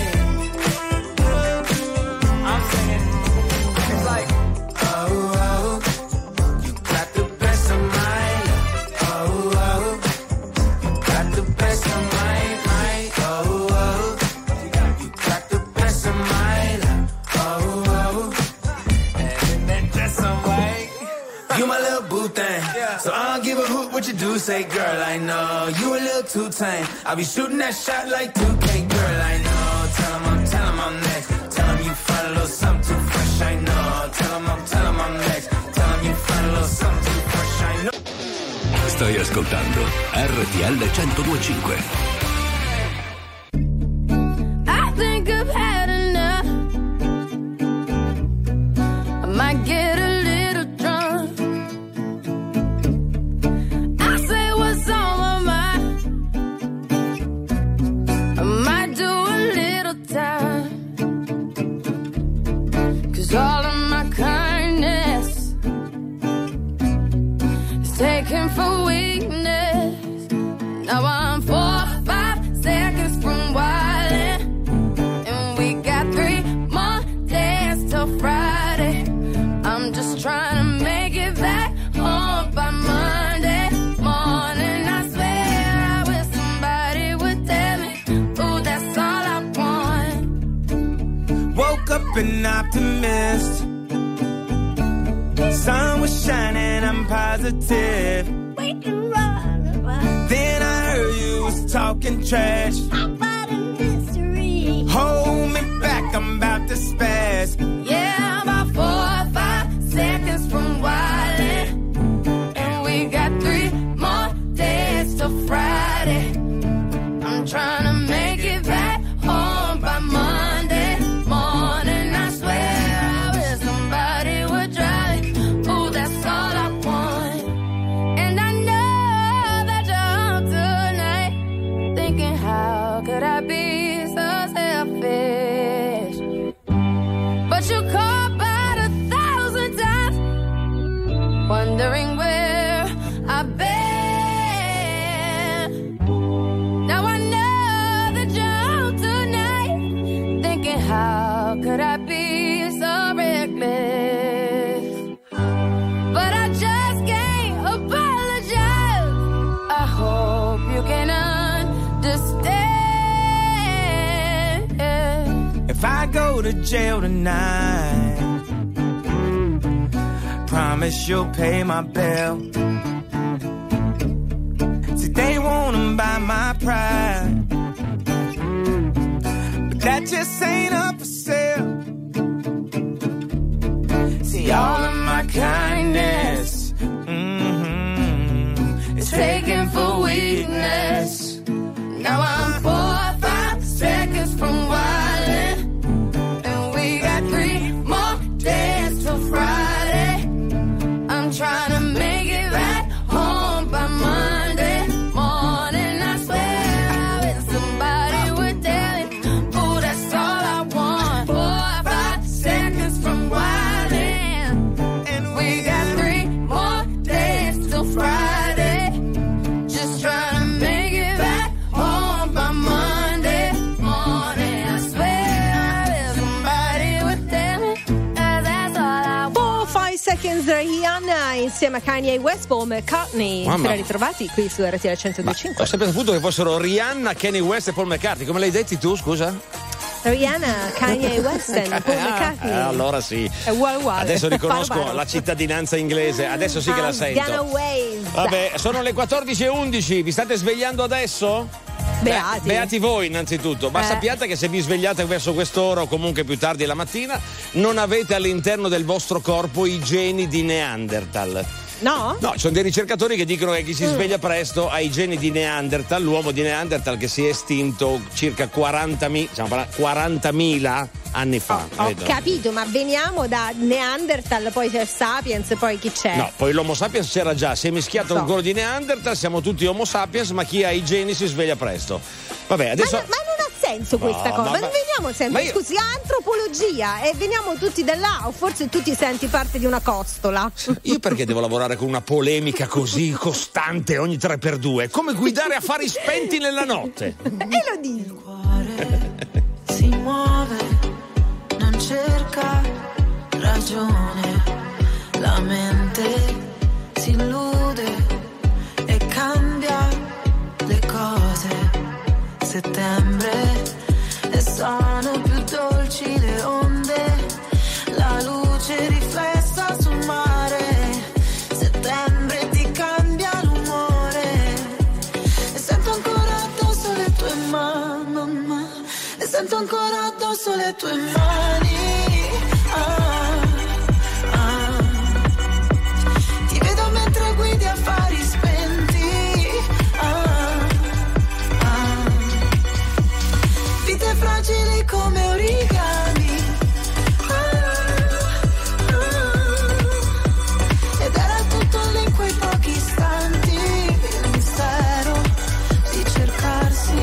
I'm singing. It's like, oh, oh, you got the best of mine. Oh, oh, you got the best of mine. mine. Oh, oh, you got the best of mine. Oh, oh, and that dress I'm white. You my little boo thing, so I don't give a hoot what you do. Say, girl, I know you a little too tame. I'll be shooting that shot like two K, girl, I know. Tell 'em I'm, tell 'em I'm next. Tell 'em you find a little something too fresh, I know. Tell 'em I'm, tell 'em I'm next. Tell 'em you find a little something too fresh, I know. Stai ascoltando R T L centodue e cinque. I think I've had enough. I might get a little drunk. I say what's on my mind. I might do a little time. 'Cause all of my kindness is taken for weakness. Now I'm four, five seconds from wildin', and we got three more days till Friday. I'm just trying to make it back home by Monday morning. I swear I wish somebody would tell me, ooh, that's all I want. Woke up an optimist. Sun was shining, I'm positive. We can run, run. Then I heard you was talking trash. About a mystery. Hold me back, I'm about to spaz. Yeah, about four or five seconds from wildin', and we got three more days till Friday. I'm trying to make it back home by Monday morning. I swear I wish somebody would drive me. Ooh, that's all I want. And I know that you're home tonight, thinking how could I be so selfish? But you call about a thousand times, wondering where I've been. Now I know that you're home tonight, thinking how could I be so reckless? But I just can't apologize. I hope you can understand. If I go to jail tonight, promise you'll pay my bill. See, they wanna buy my pride, but that just ain't up for sale. See, all of my kindness mistaken for weakness. Now I'm four or five seconds from wildin', and we got three more days till Friday. I'm trying to make it right home by Monday morning. I swear I wish somebody would tell me, oh, that's all I want. Four or five seconds from wildin', and we got three more days till Friday. Just trying to make it back home by Monday morning. I swear I wish somebody would tell me, 'cause that's all I want. four five Seconds, Rihanna insieme a Kanye West, Paul McCartney. Mamma. Te la ritrovati qui su R T L centodue e cinque. Ho sempre saputo che fossero Rihanna, Kanye West e Paul McCartney. Come l'hai detti tu, scusa? Rihanna, Kanye West e Paul McCartney. Eh, allora sì. È uguale uguale. Adesso riconosco Paro, paro. la cittadinanza inglese, adesso sì che la I'm sento. gonna wave. Vabbè, sono le quattordici e undici, vi state svegliando adesso? Beati. Beh, beati voi innanzitutto, ma Eh. sappiate che se vi svegliate verso quest'ora o comunque più tardi la mattina non avete all'interno del vostro corpo i geni di Neanderthal. No? No, ci sono dei ricercatori che dicono che chi si sveglia presto ha i geni di Neanderthal, l'uomo di Neanderthal che si è estinto circa quarantamila, diciamo, quarantamila anni fa. Ho vedo. capito, ma veniamo da Neanderthal, poi c'è Sapiens, poi chi c'è? No, poi l'Homo sapiens c'era già, si è mischiato So. con quello di Neanderthal, siamo tutti Homo sapiens, ma chi ha i geni si sveglia presto. Vabbè, Ma, adesso. no- ma non ha senso questa No, cosa. ma- Ma veniamo sempre, ma io- scusi, antropologia e veniamo tutti da là, o forse tu ti senti parte di una costola. Io perché devo lavorare con una polemica così costante ogni tre per due? Come guidare affari spenti nella notte? E lo dico. Il cuore si muove, non cerca ragione, la mente si illude e cambia le cose. Settembre e sono più dolci le onde, la luce riflessa sul mare. Settembre ti cambia l'umore e sento ancora addosso le tue mani, e sento ancora addosso le tue mani. Ah, ah. Ti vedo mentre guidi affari spenti. Ah, ah. Vite fragili come origami. Ah, ah. Ed era tutto lì in quei pochi istanti, il mistero di cercarsi.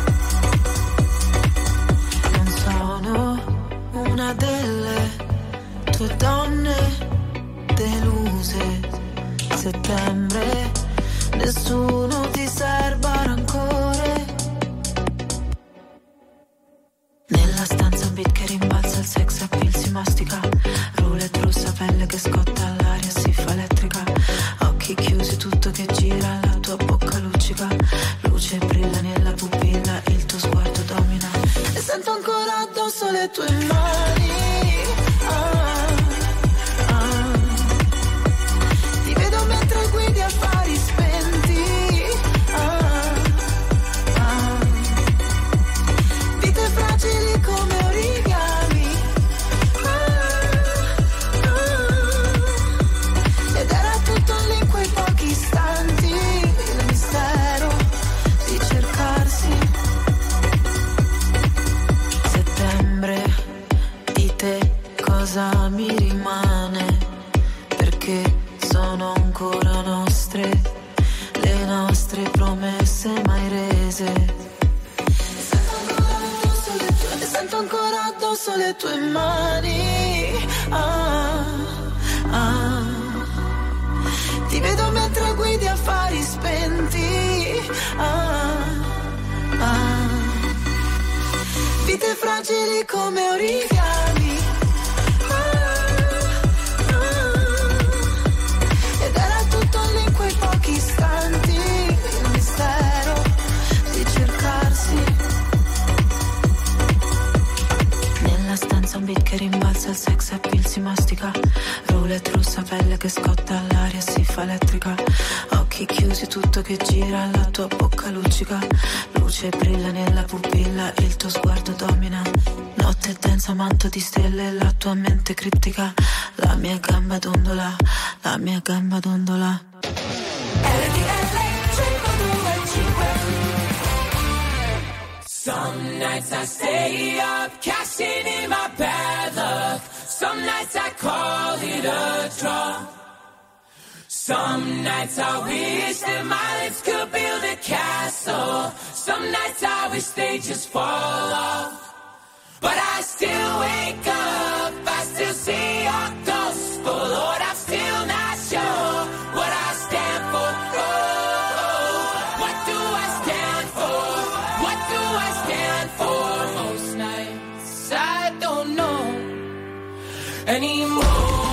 Non sono una delle tue donne deluse. Settembre, nessuno ti serba rancore. Nella stanza un beat che rimbalza, il sex appeal si mastica. Roulette rossa, pelle che scotta all'aria, si fa elettrica. Occhi chiusi, tutto che gira, la tua bocca luccica. Luce brilla nella pupilla, il tuo sguardo domina. E sento ancora addosso le tue mani. Ah, ah. Ti vedo mentre guidi affari spenti. Ah, ah. Vite fragili come origami. Ah, ah. Ed era tutto lì in quei pochi istanti, il mistero di cercarsi. Settembre, di te cosa mi rimane? Perché sono ancora nostre le nostre promesse mai rese. E sento ancora addosso le tue mani. Ah, ah. Ti vedo mentre guidi affari spenti. Ah, ah. Vite fragili come origami. Ah, ah. Ed era tutto lì in quei pochi istanti, il mistero di cercarsi. Nella stanza un beat che rimbalza, il sex appeal si mastica. Roulette rossa, pelle che scotta all'aria, si fa elettrica. Occhi chiusi, tutto che gira, la tua bocca luccica. Luce brilla nella pupilla, il tuo sguardo domina. Notte densa, manto di stelle, la tua mente criptica. La mia gamba dondola, la mia gamba dondola. R T L Some nights I stay up, cashing in my bad luck. Some nights I call it a draw. Some nights I wish that my lips could build a castle. Some nights I wish they just fall off. But I still wake up, I still see your ghost. Oh Lord, I'm still not sure what I stand for. Oh, oh, what do I stand for? What do I stand for? Most nights I don't know anymore.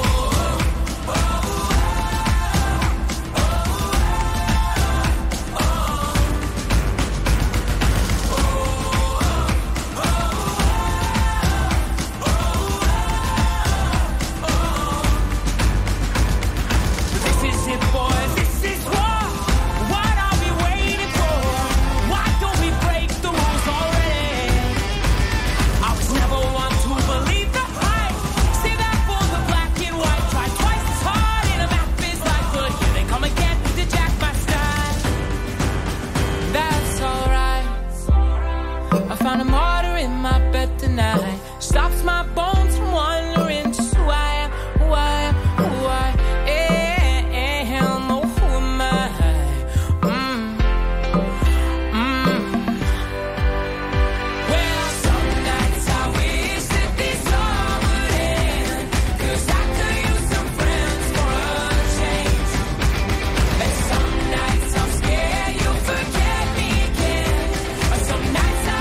Found a martyr in my bed tonight. Stops my bones from wandering just who I am, who I am, who I am. Oh, who am I? Mm. Mm. Well, some nights I wish that this all would end, 'cause I could use some friends for a change. And some nights I'm scared you'll forget me again. But some nights I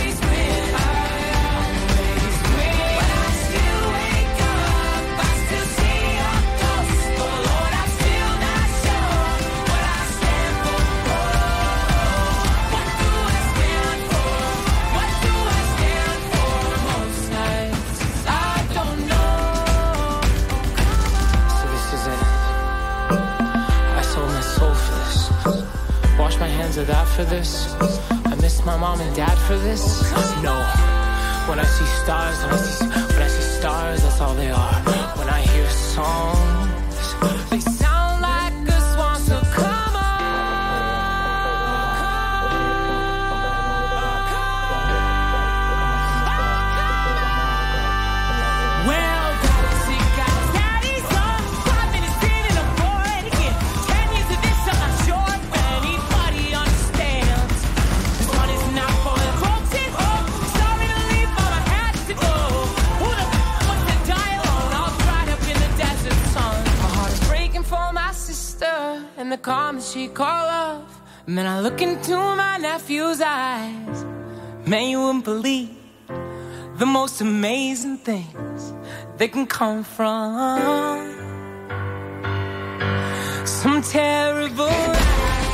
my hands are that for this. I miss my mom and dad for this. No. When I see stars, when I see, when I see stars, that's all they are. When I hear songs, they sound like a swan. So come on. Well, galaxy got daddy's on. Five minutes in and I'm bored again. Ten years of this, I'm not sure. And the calm that she call off. And then I look into my nephew's eyes. Man, you wouldn't believe the most amazing things that can come from some terrible lies.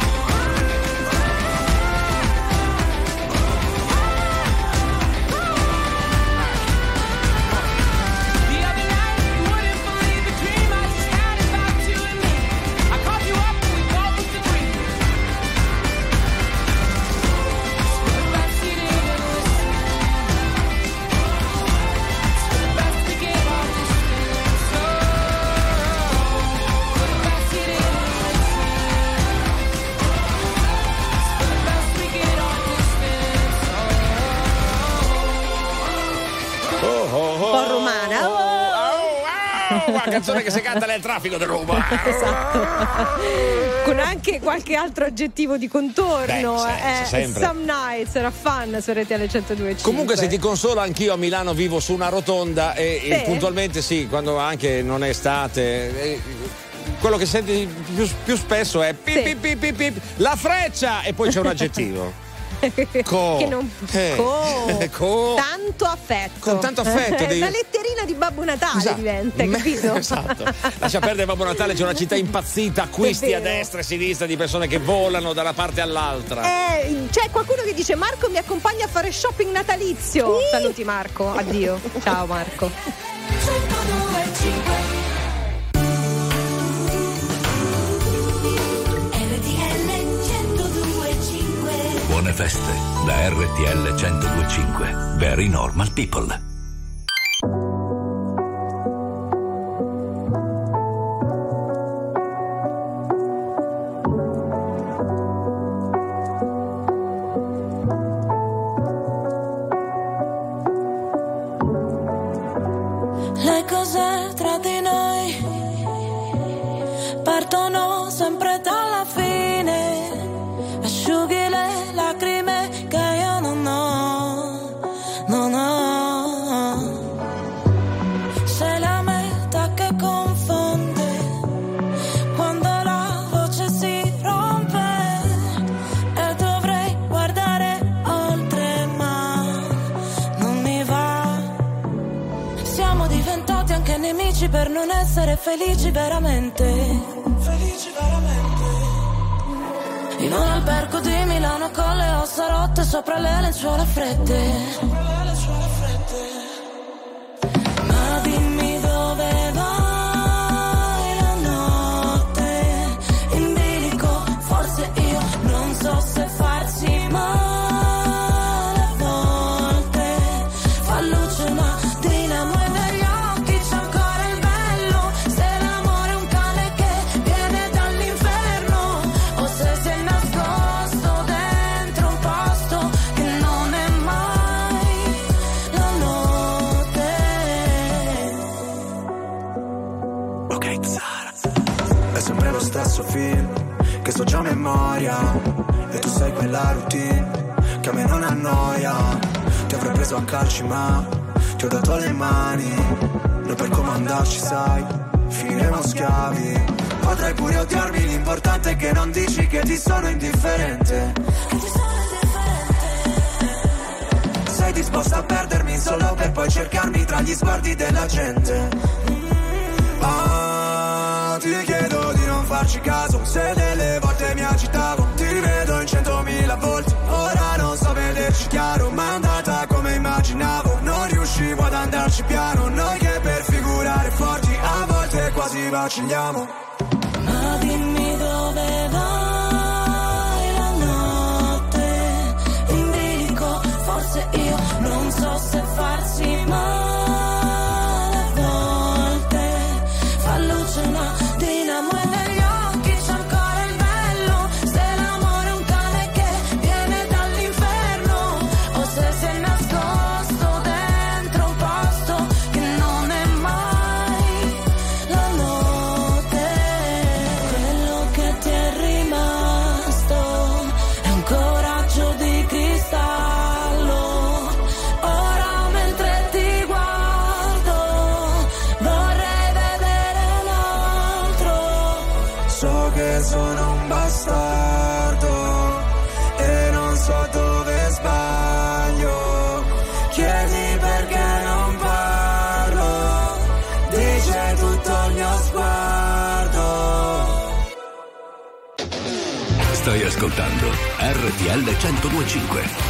Una canzone che si canta nel traffico di Roma. Esatto. Con anche qualche altro aggettivo di contorno. Beh, eh, sempre. Some Nights era fun su R T L centodue e cinque. Comunque, se ti consola, anch'io a Milano vivo su una rotonda e, Sì? e puntualmente sì, quando anche non è estate. E, quello che senti più, più spesso è pip, Sì. pip, pip, pip, pip, la freccia e poi c'è un aggettivo. Co. Che non Eh. co. Co. Tanto affetto. Con tanto affetto, È devi- una letterina di Babbo Natale Esatto. diventa, Me- capito? Esatto. Lascia perdere Babbo Natale, c'è una città impazzita, acquisti È a vero. destra e a sinistra di persone che volano da una parte all'altra. Eh, c'è qualcuno che dice: Marco mi accompagna a fare shopping natalizio. Saluti Marco, addio. Ciao Marco. centodue e cinque R T L centodue e cinque. Buone feste da R T L centodue e cinque. Very normal people. e nemici per non essere felici veramente. Felici veramente. In un albergo di Milano con le ossa rotte sopra le lenzuola fredde. Sopra le lenzuola fredde. Ma dimmi dove vai la notte in bilico, forse io non so se farsi male a volte. Fa luce una dinamo e negli occhi c'è ancora il bello. Se l'amore è un cane che viene dall'inferno, o se si è nascosto dentro un posto che non è mai la notte. Ok, Zara. È sempre lo stesso film che so già a memoria, e tu sai quella routine che a me non annoia. Ti avrei preso a calci ma ti ho dato le mani. Noi per comandarci sai, finiremo schiavi. Potrai pure odiarmi, l'importante è che non dici che ti sono indifferente. Che ti sono indifferente. Sei disposta a perdermi solo per poi cercarmi tra gli sguardi della gente. Ah, ti chiedo di non farci caso, se delle volte mi agitavo. Ti rivedo in centomila volte, ora non so vederci chiaro. Ma è andata come immaginavo, non riuscivo ad andarci piano. Noi che per figurare forti a volte quasi vacilliamo. Ma dimmi dove vai la notte in bilico, forse io non so se farsi male a volte. Fa luce una dinamo e negli occhi c'è ancora il bello. Se l'amore è un cane che viene dall'inferno, o se si è nascosto dentro un posto che non è mai la notte. Quello che ti è rimasto è un coraggio di cristallo. Ora mentre ti guardo vorrei vedere un altro. So che sono un bastardo e non so dove sbaglio. Chiedi perché non parlo, dice tutto il mio sguardo. Stai ascoltando R T L centodue e cinque.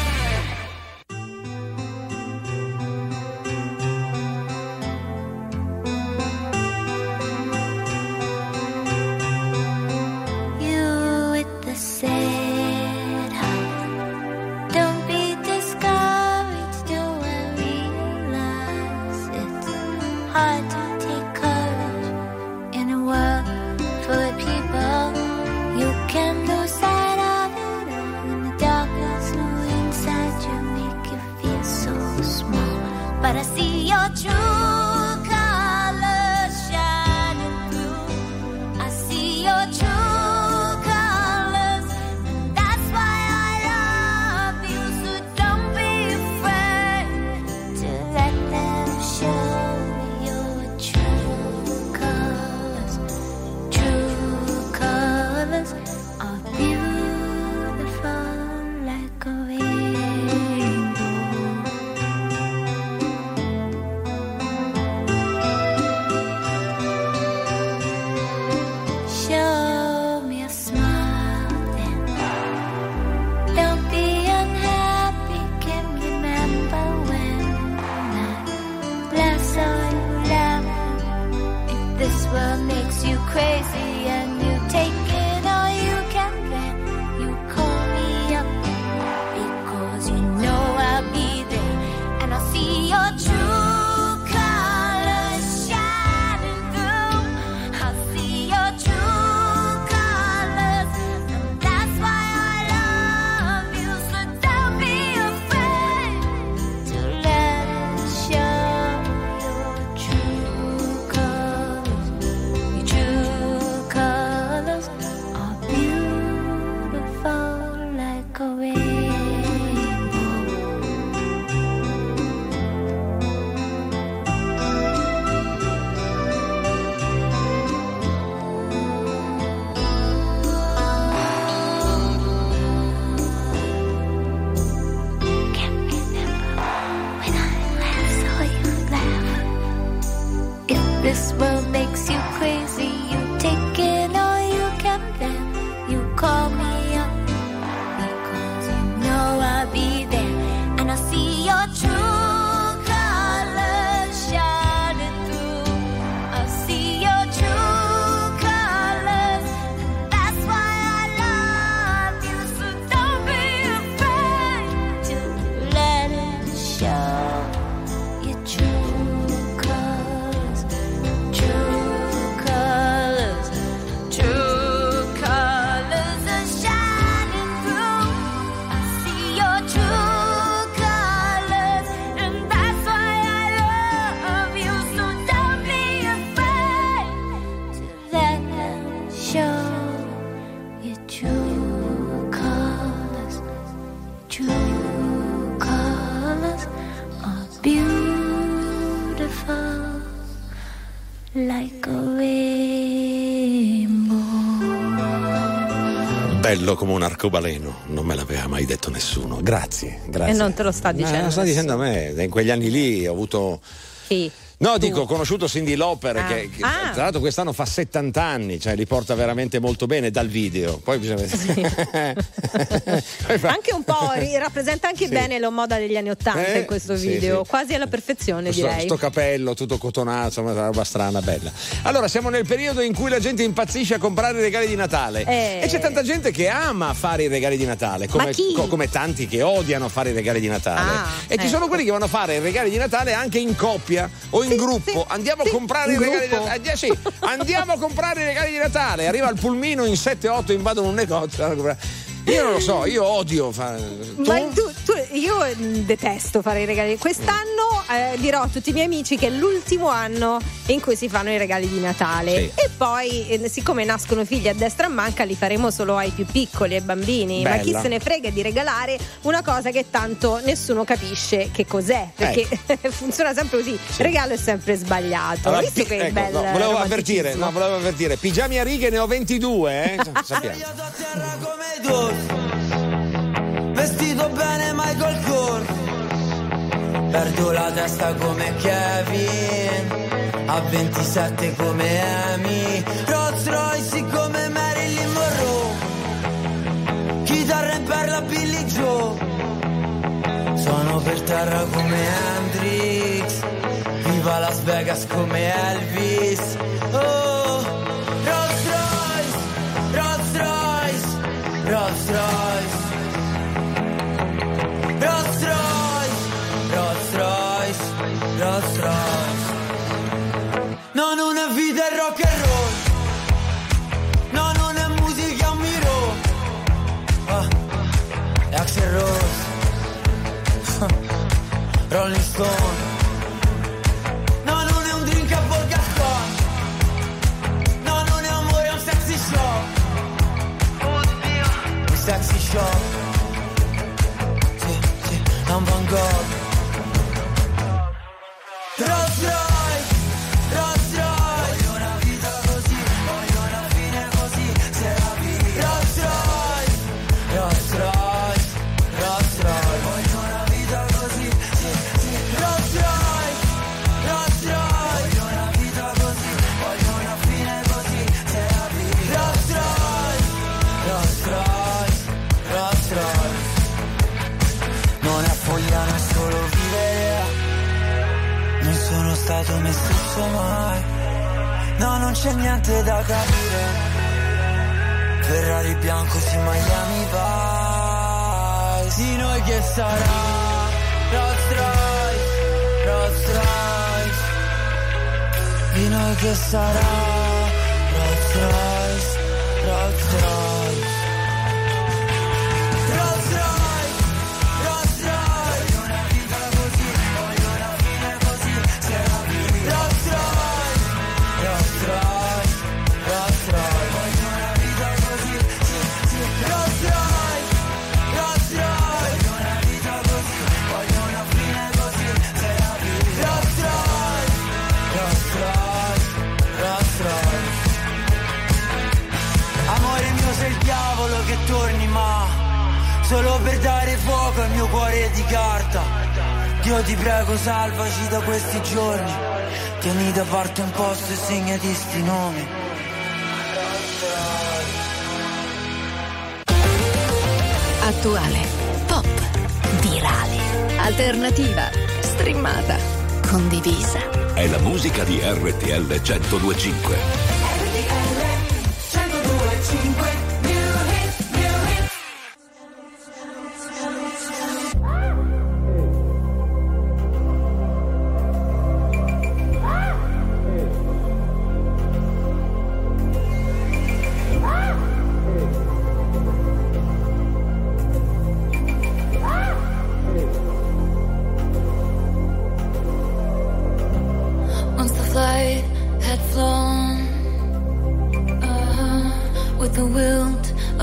You with the sad heart. Don't be discouraged, do I realize it's hard to take courage in a world full of people. You can lose sight of it all in the darkness who inside you make you feel so small. But I see your true colors shining through. I see your true colors, and that's why I love you. So don't be afraid to let them show your true colors. True colors are beautiful like a rainbow. your true colors, true colors are beautiful like a rainbow. Bello come un arcobaleno, non me l'aveva mai detto nessuno. Grazie, grazie. E non te lo sta dicendo. Eh, lo sta dicendo a me. In quegli anni lì ho avuto. Sì. No, dico, ho conosciuto Cyndi Lauper, Ah. che, che Ah. tra l'altro quest'anno fa settanta anni, cioè li porta veramente molto bene dal video. Poi bisogna vedere. Anche un po' ri- rappresenta anche Sì. bene la moda degli anni Ottanta Eh, in questo sì, video, sì. quasi alla perfezione, Sto, direi. sto capello tutto cotonato, insomma, una roba strana, bella. Allora, siamo nel periodo in cui la gente impazzisce a comprare i regali di Natale. Eh. E c'è tanta gente che ama fare i regali di Natale, come, Ma chi? co- come tanti che odiano fare i regali di Natale. Ah, e ci ecco. sono quelli che vanno a fare i regali di Natale anche in coppia o in Sì, gruppo. sì, Andiamo sì, a comprare in i regali gruppo. di Natale. Eh, sì, andiamo a comprare i regali di Natale. Arriva il pulmino in sette otto, invadono un negozio. vanno a comprare. Io non lo so, io odio fare. Tu? Ma tu, tu- io mm, detesto fare i regali. Quest'anno eh, dirò a tutti i miei amici che è l'ultimo anno in cui si fanno i regali di Natale. Sì. E poi, eh, siccome nascono figli a destra e a manca, li faremo solo ai più piccoli, ai bambini. Ma chi Bella. se ne frega di regalare una cosa che tanto nessuno capisce che cos'è? Perché funziona sempre così. Il regalo è sempre sbagliato. Allora, Visto pi- che è ecco, bel no, volevo romanticismo. avvertire, no, volevo avvertire. Pigiami a righe ne ho ventidue, eh? Sappiamo. Vestito bene Michael Kors, perdo la testa come Kevin, a ventisette come Amy, Rolls Royce come Marilyn Monroe, chitarra in perla Billy Joe, sono per terra come Hendrix, viva Las Vegas come Elvis, oh, Rolls Royce, Rolls Royce, Rolls Royce. Rolls Royce, Rolls Royce, Rolls Royce. No, non è vita è rock and roll. No, non è musica, un miro. Ah, è Axl Rose. Rolling Stone. No, non è un drink a Volgaston. No, non è amore, è un sexy show. Oddio. Un sexy show. I'm Van Gogh. Rolls Royce, Rolls Royce. Voglio una vita così, voglio una fine così, se la vivi. Rolls Royce, Rolls Royce, Rolls Royce. Voglio una vita così, sì, sì. Rolls Royce, Rolls Royce. Voglio una vita così, voglio una fine così, se la vivi. Rolls Royce, Rolls Royce, Rolls Royce. Non è foglia, non è solo vivere. Non sono stato me stesso mai. No, non c'è niente da capire. Ferrari bianco su Miami Vice. Di noi che sarà Rolls Royce, Rolls Royce. Di noi che sarà Rolls Royce, Rolls Royce. Rolls Royce. Che torni ma solo per dare fuoco al mio cuore di carta. Dio ti prego salvaci da questi giorni, tieni da parte un posto e segnati sti nomi. Attuale, pop, virale, alternativa, streamata, condivisa. È la musica di R T L centodue e cinque. R T L centodue e cinque. Once the flight had flown, uh, with the will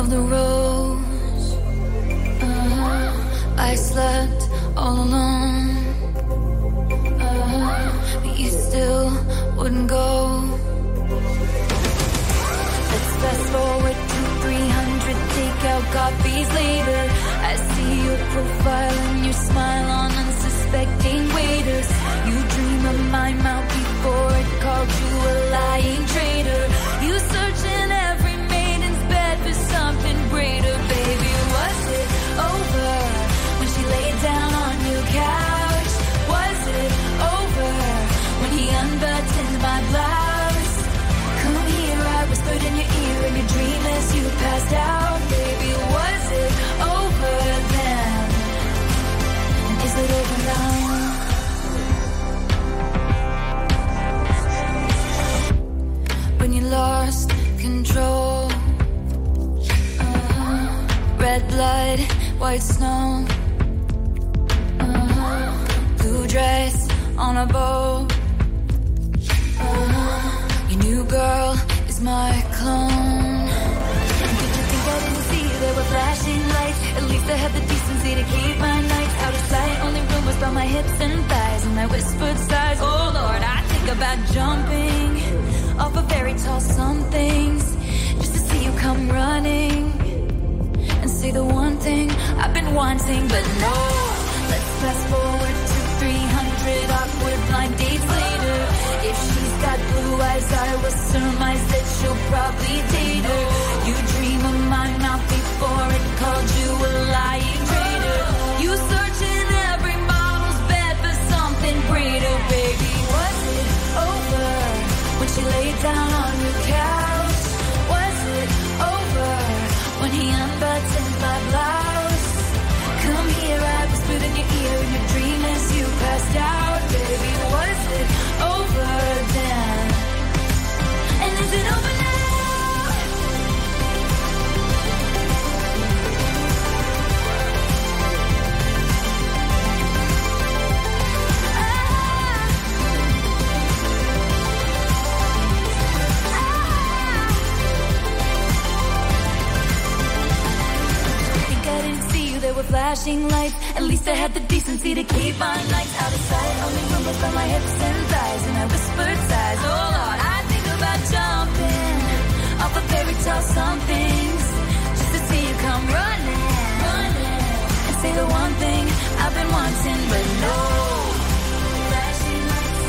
of the rose. Uh-huh. I slept all alone. Uh-huh. But you still wouldn't go. Let's fast forward to three hundred takeout coffees later. I see your profile and your smile on unsuspecting waiters. You dream of my mouth before it called you a lying traitor. You search in every maiden's bed for something greater. Baby, was it over when she laid down on your couch? Was it over when he unbuttoned my blouse? Come here, I whispered in your ear in your dream as you passed out. Baby, was it over then? And is it over now? When you lost control, uh-huh. Red blood, white snow, uh-huh. Blue dress on a boat, uh-huh. Your new girl is my clone. And did you think I didn't see there were flashing lights? At least I had the decency to keep my nights out of sight. Only rumors about my hips and thighs and my whispered sighs. Oh Lord, I think about jumping off of very tall somethings just to see you come running and say the one thing I've been wanting. But no, let's fast forward to three hundred awkward blind dates later. If she's got blue eyes, I will surmise that she'll probably date her. You dream of my mouth before it called you a lying traitor. You search in every model's bed for something greater. Baby, was it over when she laid down on your couch? Was it over when he unbuttoned my blouse? Come here, I whispered in your ear in your dream as you passed out. Baby, was it over then? And is it over now? There were flashing lights. At least I had the decency to keep my nights out of sight. Only rumors from my hips and thighs and I whispered sighs. Oh Lord, I think about jumping off of fairy tale somethings just to see you come running, running and say the one thing I've been wanting. But no flashing lights.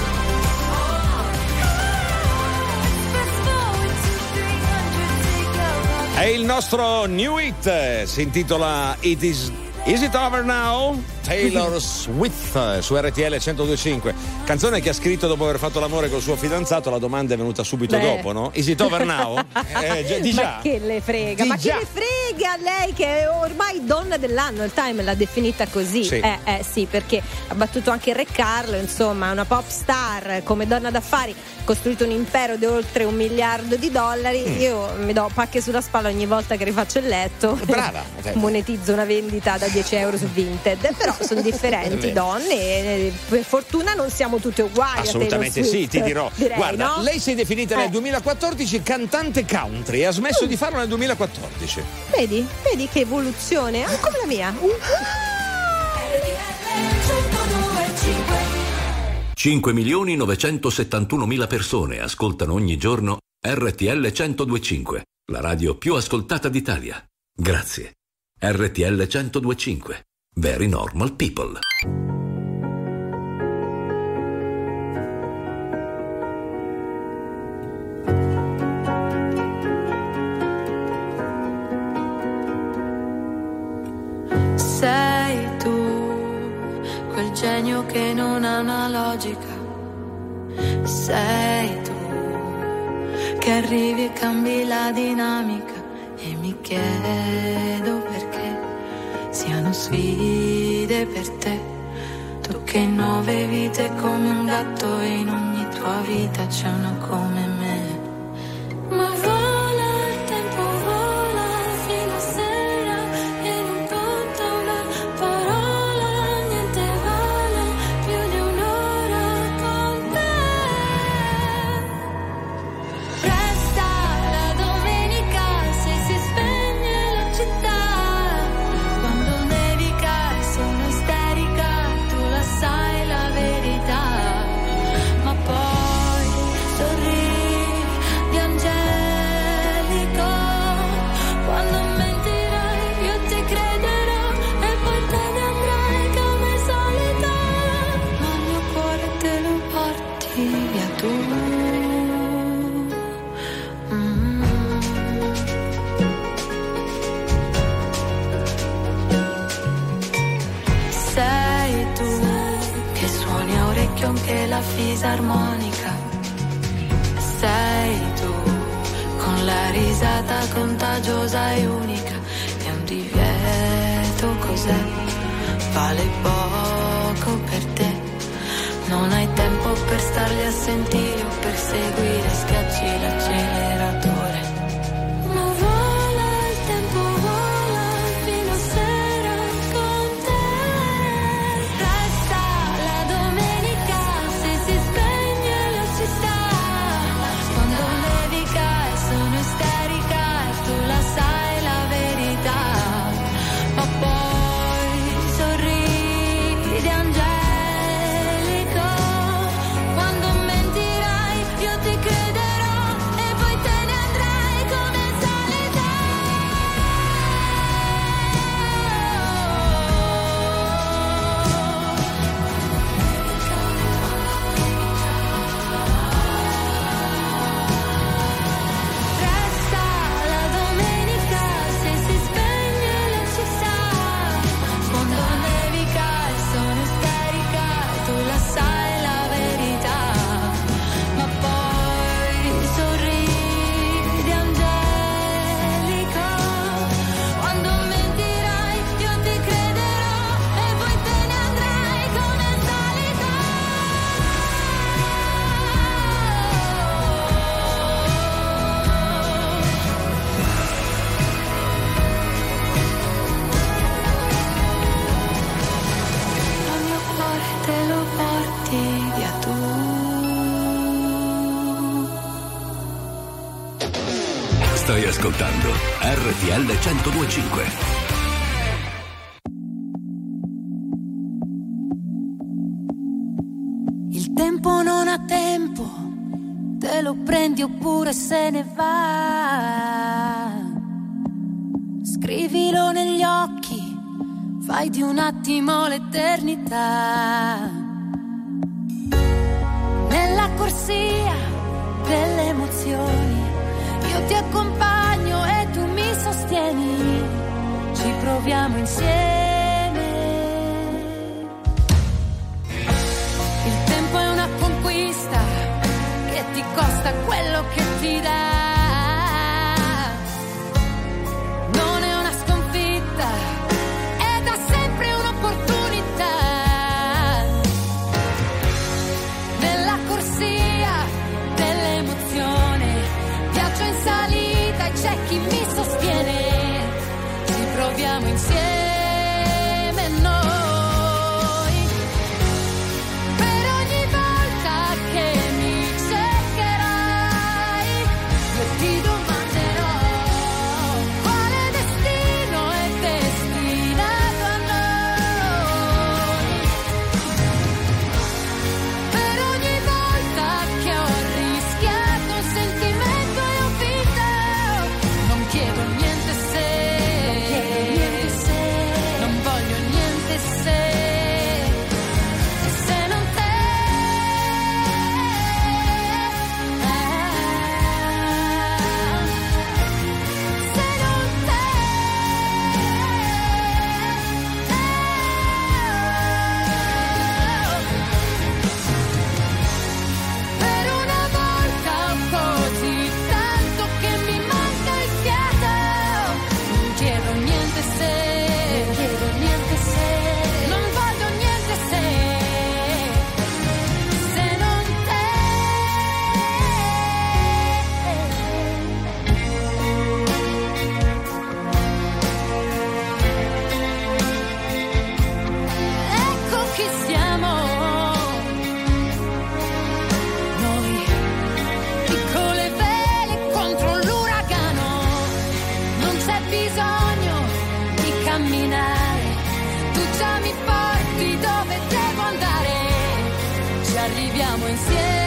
Fast forward to three hundred takeout. È il nostro new hit, si intitola It Is Is It Over Now? Taylor Swift su R T L centodue e cinque, canzone che ha scritto dopo aver fatto l'amore col suo fidanzato. La domanda è venuta subito Beh. dopo, no? Is it over now? Eh, già, di già. Ma che le frega? Di ma già. che le frega a lei che è ormai donna dell'anno? Il Time l'ha definita così. Sì. Eh, eh sì, perché ha battuto anche il Re Carlo, insomma, una pop star come donna d'affari, costruito un impero di oltre un miliardo di dollari. Mm. Io mi do pacche sulla spalla ogni volta che rifaccio il letto. Brava. Monetizzo una vendita da dieci euro su Vinted, però sono differenti donne e per fortuna non siamo tutte uguali. Assolutamente sì, ti dirò. Direi, Guarda, no? lei si è definita nel Eh. duemilaquattordici cantante country e ha smesso di farlo nel duemilaquattordici. Vedi? Vedi che evoluzione? Ah, come la mia. Uh. cinque milioni novecentosettantunomila persone ascoltano ogni giorno R T L centodue e cinque, la radio più ascoltata d'Italia. Grazie. R T L centodue e cinque. Very normal people. Sei tu, quel genio che non ha una logica. Sei tu, che arrivi e cambi la dinamica. E mi chiedo perché siano sfide per te. Tu che in nove vite come un gatto e in ogni tua vita c'è una come me. Ma vola il tempo, vola fino a sera e non conta una parola, niente vale più di un'ora con te. Resta la domenica se si spegne città. Quando nevica e sono isterica, tu la sai la verità. Ma poi sorridi angelico. Quando mentirai io ti crederò e poi te ne andrai come solita. Ma il mio cuore te lo porti via tu. Mm. Sei tu che suoni a orecchio anche la fisarmonica. Sei tu con la risata contagiosa e unica. È un divieto, cos'è? Vale poco per te. Non hai tempo per starli a sentire o per seguire, schiacci l'acceleratore. Ma vola il tempo, vola fino a sera con te. Resta la domenica se si spegne la città. Quando nevica e sono isterica e tu la sai la verità. Ma poi sorridi angelico. Quando mentirai io ti crederò e poi te ne andrai come solita. Resta la domenica se si spegne la città. Quando nevica e sono isterica tu la sai la verità. Ma poi sorridi angelico. Quando mentirai io ti crederò e poi te ne andrai come solita. Il mio cuore te lo porti via tu. Stai ascoltando R T L centodue e cinque. Il tempo non ha tempo, te lo prendi oppure se ne va. Scrivilo negli occhi, fai di un attimo l'eternità. Nella corsia delle emozioni io ti accompagno e tu mi sostieni. Ci proviamo insieme. Il tempo è una conquista che ti costa quello che ti dà. Non è una sconfitta, è da sempre un'opportunità. Nella corsia dell'emozione viaggio in salita e c'è chi mi sostiene. Ci proviamo insieme noi. Per ogni volta che mi cercherai io ti domanderò quale destino è destinato a noi. Per ogni volta che ho rischiato un sentimento e ho vinto, non chiedo niente se, non voglio niente se, se non te, se non te. Per una volta così tanto che mi manca il fiato, non chiedo niente se, non voglio niente se, se non te. Ecco chi siamo noi, piccole vele contro l'uragano. Non c'è bisogno camminare, tu già mi porti dove devo andare, ci arriviamo insieme.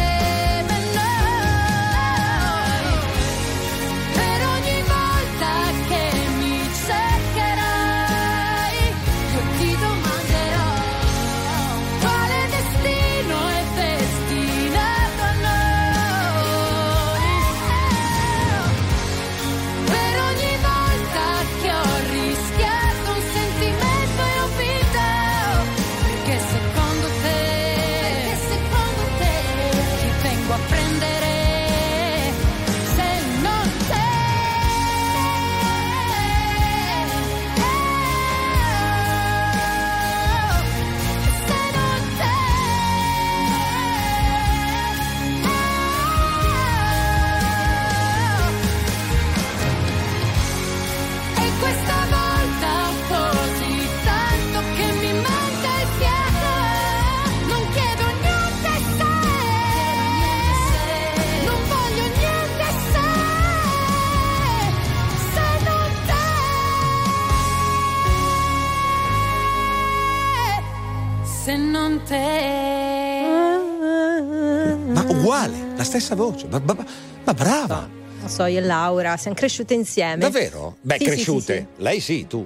Ma uguale, la stessa voce, ma, ma, ma brava. Non so, io e Laura siamo cresciute insieme. Davvero? Beh, sì, cresciute. Sì, sì, sì. Lei sì, tu.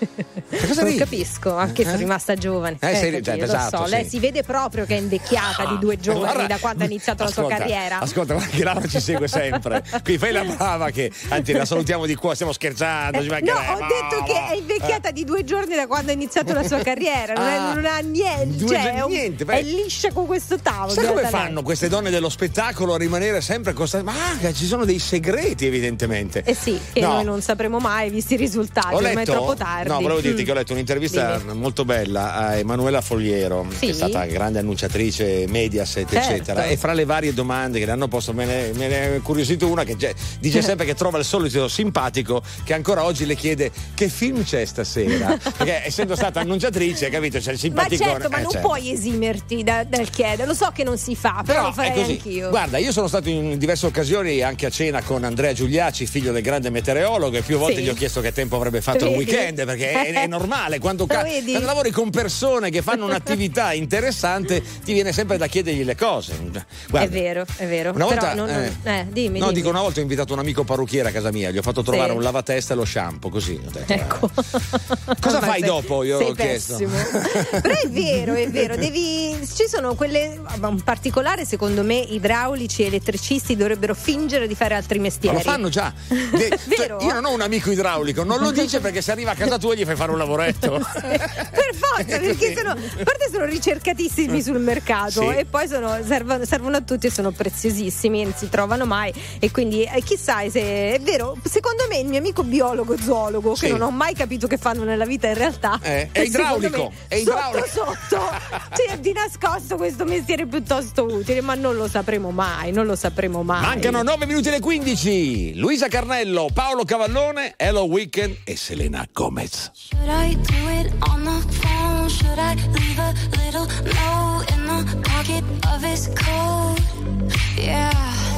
Che cosa non ridi? capisco, anche Eh? sono rimasta giovane. Eh, sei- capito, cioè, lo esatto, so, sì. lei si vede proprio che è invecchiata di due giorni Guarda, da quando ha iniziato la sua ascolta, carriera. Ascolta, guarda che Laura ci segue sempre. Qui fai la brava che, anzi, la salutiamo di qua, stiamo scherzando. ci No, mancherebbe. ho detto che è invecchiata di due giorni da quando ha iniziato la sua carriera. Non, è- Ah, non ha niente, due cioè, giorni, è, un- niente, beh. è liscia con questo tavolo. Sai come guarda lei. fanno queste donne dello spettacolo a rimanere sempre costanti? Ma ci sono dei segreti, evidentemente. Eh sì, che No. noi non sapremo mai, visti i risultati, Ho ormai letto, è troppo tardi. no, volevo dirti Mm. che ho letto un'intervista Dimmi. molto bella a Emanuela Fogliero, Sì. che è stata grande annunciatrice Mediaset, Certo. eccetera. E fra le varie domande che le hanno posto, me ne, me ne è incuriosito una che ge- dice sempre che trova il solito simpatico che ancora oggi le chiede che film c'è stasera. Perché essendo stata annunciatrice, capito? C'è il Ma simpaticone. certo, ma eh, non certo. puoi esimerti da- dal chiedere, lo so che non si fa, però, lo è farei così. anch'io. Guarda, io sono stato in diverse occasioni anche a cena con Andrea Giuliaci, figlio del grande meteorologo, e più volte Sì. gli ho chiesto che tempo avrebbe fatto il Vedi? weekend, perché è, è normale, quando, ca- Lo vedi? quando lavori con persone che fanno un'attività interessante ti viene sempre da chiedergli le cose. Guarda, È vero, è vero. Una volta, però non, non- eh, eh, dimmi, no, dimmi. dico, una volta ho invitato un amico parrucchiere a casa mia, gli ho fatto trovare Sì. un lavatesta e lo shampoo, così. Ho detto, Ecco. Cosa Ma fai sei- dopo? Io sei ho chiesto. pessimo. Però è vero, è vero. Devi, ci sono quelle, in particolare secondo me, idraulici e elettricisti dovrebbero fingere di fare altri Ma mestieri. lo fanno già. De- cioè, Vero? io non ho un amico idraulico, non lo dice perché se arriva a casa tua gli fai fare un lavoretto. Per forza, È perché così. sono, a parte sono ricercatissimi sul mercato Sì. e poi sono, servono, servono a tutti e sono preziosissimi, non si trovano mai. E quindi eh, chissà se è vero. Secondo me il mio amico biologo zoologo, Sì. che non ho mai capito che fanno nella vita in realtà, Eh, è secondo idraulico, me, è idraulico. Sotto sotto cioè, di nascosto questo mestiere piuttosto utile, ma non lo sapremo mai, non lo sapremo mai. Mancano nove minuti alle quindici. Luisa Carnello, Paolo Cavallone, Hello Weekend e Selena Gomez. Should I do it on the phone? Should I leave a little note in the pocket of his coat? Yeah,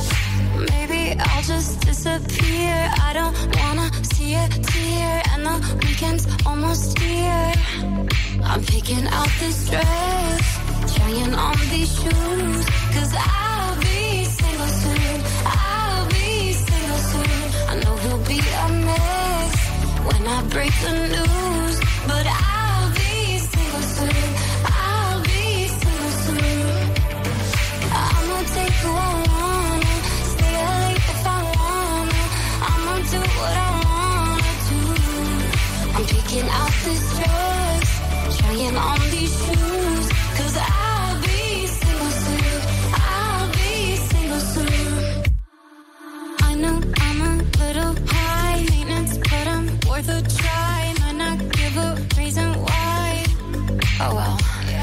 maybe I'll just disappear. I don't wanna see a tear, and the weekend's almost here. I'm picking out this dress, trying on these shoes, 'cause I'll be single soon. I'll be single soon. I know he'll be a mess when I break the news, but I'll be single soon. I'll be single soon. I'ma take who I wanna, stay up late if I wanna. I'ma do what I wanna do. I'm picking out this dress, trying on these shoes, 'cause I'll be single soon. I'll be single soon. I know I'm a little high maintenance, but I'm worth a try. Might not give a reason why. Oh well.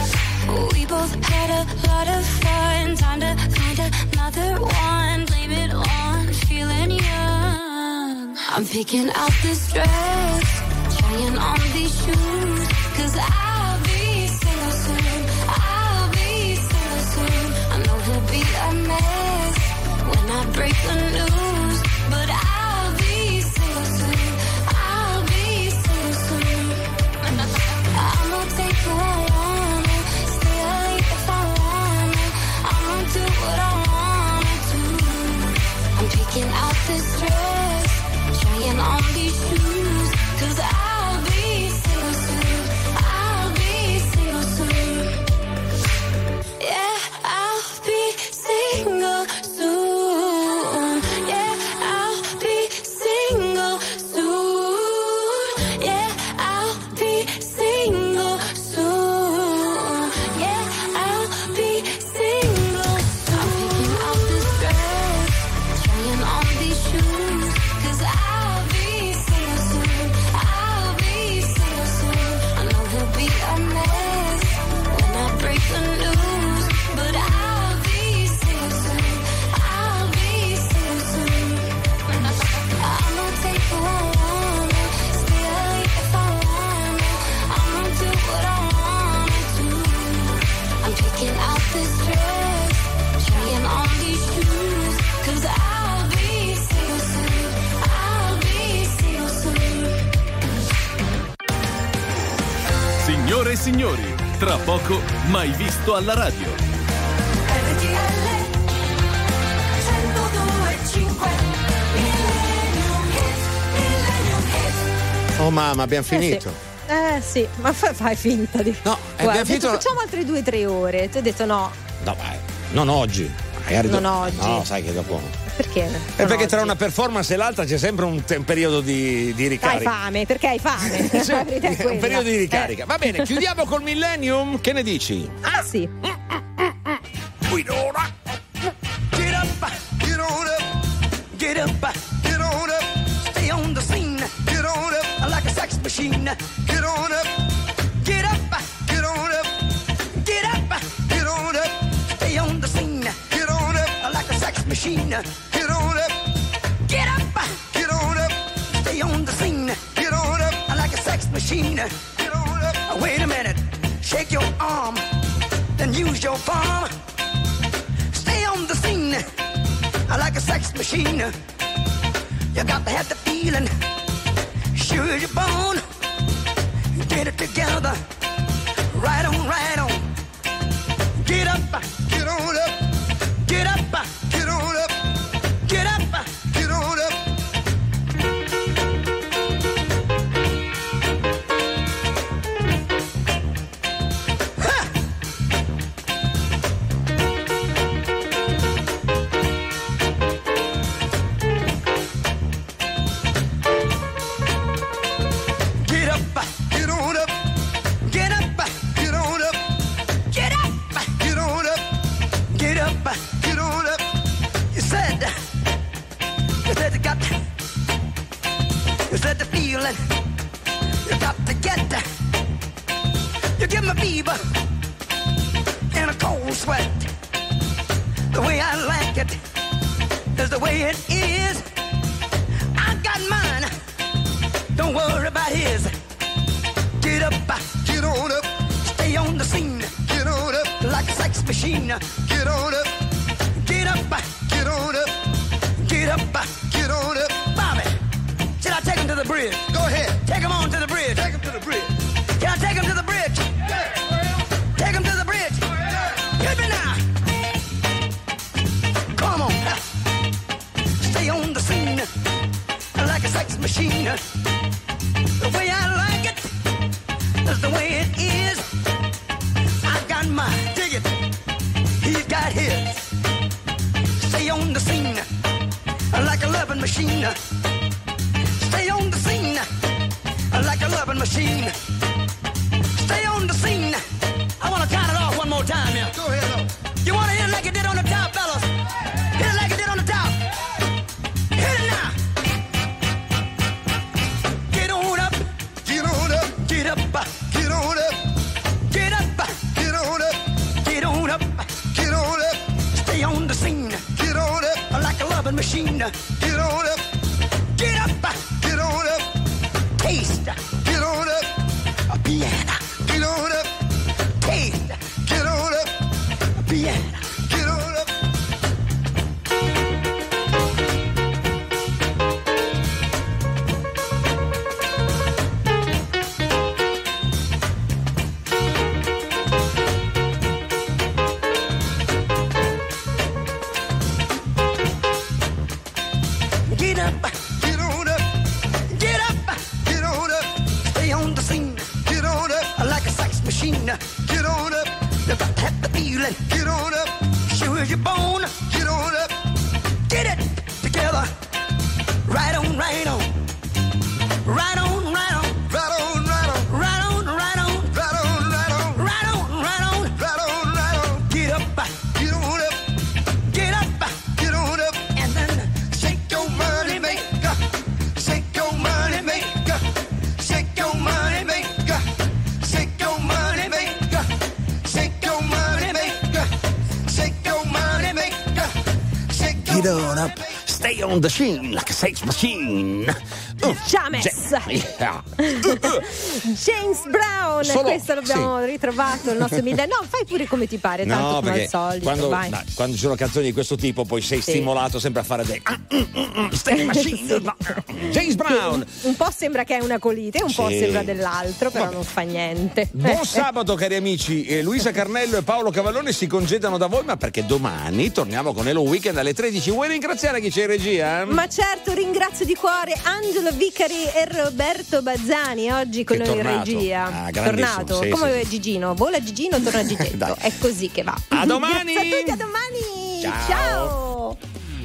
We both had a lot of fun. Time to find another one. Blame it on feeling young. I'm picking out this dress, trying on these shoes, 'cause I'll be single soon. I'll be single soon. I know he'll be a mess when I break the news, but I'll be single soon. I'll be single soon. Signore e signori, tra poco mai visto alla radio. R T L centodue e cinque Millennium Hit, Millennium Hit. Oh mamma, abbiamo finito. Eh sì. Eh sì, ma fai, fai finta di. No, Guarda, abbiamo ho detto, finito- facciamo altre due o tre ore. Tu hai detto no. No, vai. Non oggi. Magari Non dopo- oggi. No, sai che dopo. Perché? È perché tra una performance e l'altra c'è sempre un, te- un periodo di, di Hai ricarica. fame, perché hai fame? Sì, La verità è un quella. periodo di ricarica. Va bene, chiudiamo col Millennium. Che ne dici? Ah sì. Guidona. Get up, get on up, get up, get on up, stay on the scene, get on up, like a sex machine, get on up, get up, get on up, get up, get on up, stay on the scene, get on up, like a sex machine, get on up, get up, get on up, stay on the scene, get on up, like a sex machine, get on up. Wait a minute, shake your arm, then use your palm. Stay on the scene, I like a sex machine. You got to have the feeling, sure you're born. Get it together, right on, right on. Get up, get on up, get up, get on up, get up, get on up. Get up, get on up, get up, get on up, get up, get on up, get up, get on up. You said, you said you got, you said the feeling, you got to get, you give me fever and a cold sweat. The way I like it is the way it is. I got mine. Don't worry about his. Get up, get on up, stay on the scene. Get on up, like a sex machine. Get on up, get up, get on up, get up, get on up. Bobby, should I take him to the bridge? Go ahead, take him on to the bridge. Take him to the bridge. Can I take him to the bridge? Take him to the bridge. Hit me now. Come on, stay on the scene, like a sex machine. The way I like it is the way it is. I got mine, dig it. He's got his. Stay on the scene like a loving machine. Stay on the scene like a loving machine. Stay on the scene. I want to count it off one more time here. Go ahead. You want to hit it like it did on the top, fellas? Hit it like it did on the top. Hit it now. Get on up, get on up, get up, get on up, get up, get on up, get on up, get on up. Stay on the scene, get on up, like a loving machine. Get on up, get up, get on up, taste, get on up, a piano, get on up, taste, get on up, a piano, get on up. Get up, get on up, get up, get on up. Stay on the scene, get on up, like a sex machine. Get on up, you got to have the feeling. Get on up, sure as you're born. Get on up, get it together. Right on, right on, right on, right on, right on, right on, right on, right on, right on, right on, right on, right on, right on, right on. Get up, get on up, get up, get on up, and then shake your money maker, shake your money maker, shake your money maker, shake your money maker, shake your money maker, shake your money maker, shake your Get on up, stay on the scene like a sex machine. Uh, James. Ja- Yes! Yeah. James Brown, Solo- questo l'abbiamo sì. ritrovato il nostro mille. No, fai pure come ti pare, tanto No, come perché al solito. quando, vai. no, quando ci sono canzoni di questo tipo poi sei Sì. stimolato sempre a fare dei ah, mm, mm, mm, Steady Machine, no, James Brown. Un po' sembra che è una colite, un po' Sì. sembra dell'altro, però non fa niente. Buon sabato cari amici, eh, Luisa Carnello e Paolo Cavallone si congedano da voi, ma perché domani torniamo con Hello Weekend alle tredici. Vuoi ringraziare chi c'è in regia? Ma certo, ringrazio di cuore Angelo Vicari e Roberto Bazzani, oggi con Che è noi in tornato. regia. Ah, grandissimo, tornato, sì, come sì. Gigino, vola Gigino, torna Gigetto. Dai. È così che va. A domani! Grazie a tutti, a domani! Ciao. Ciao.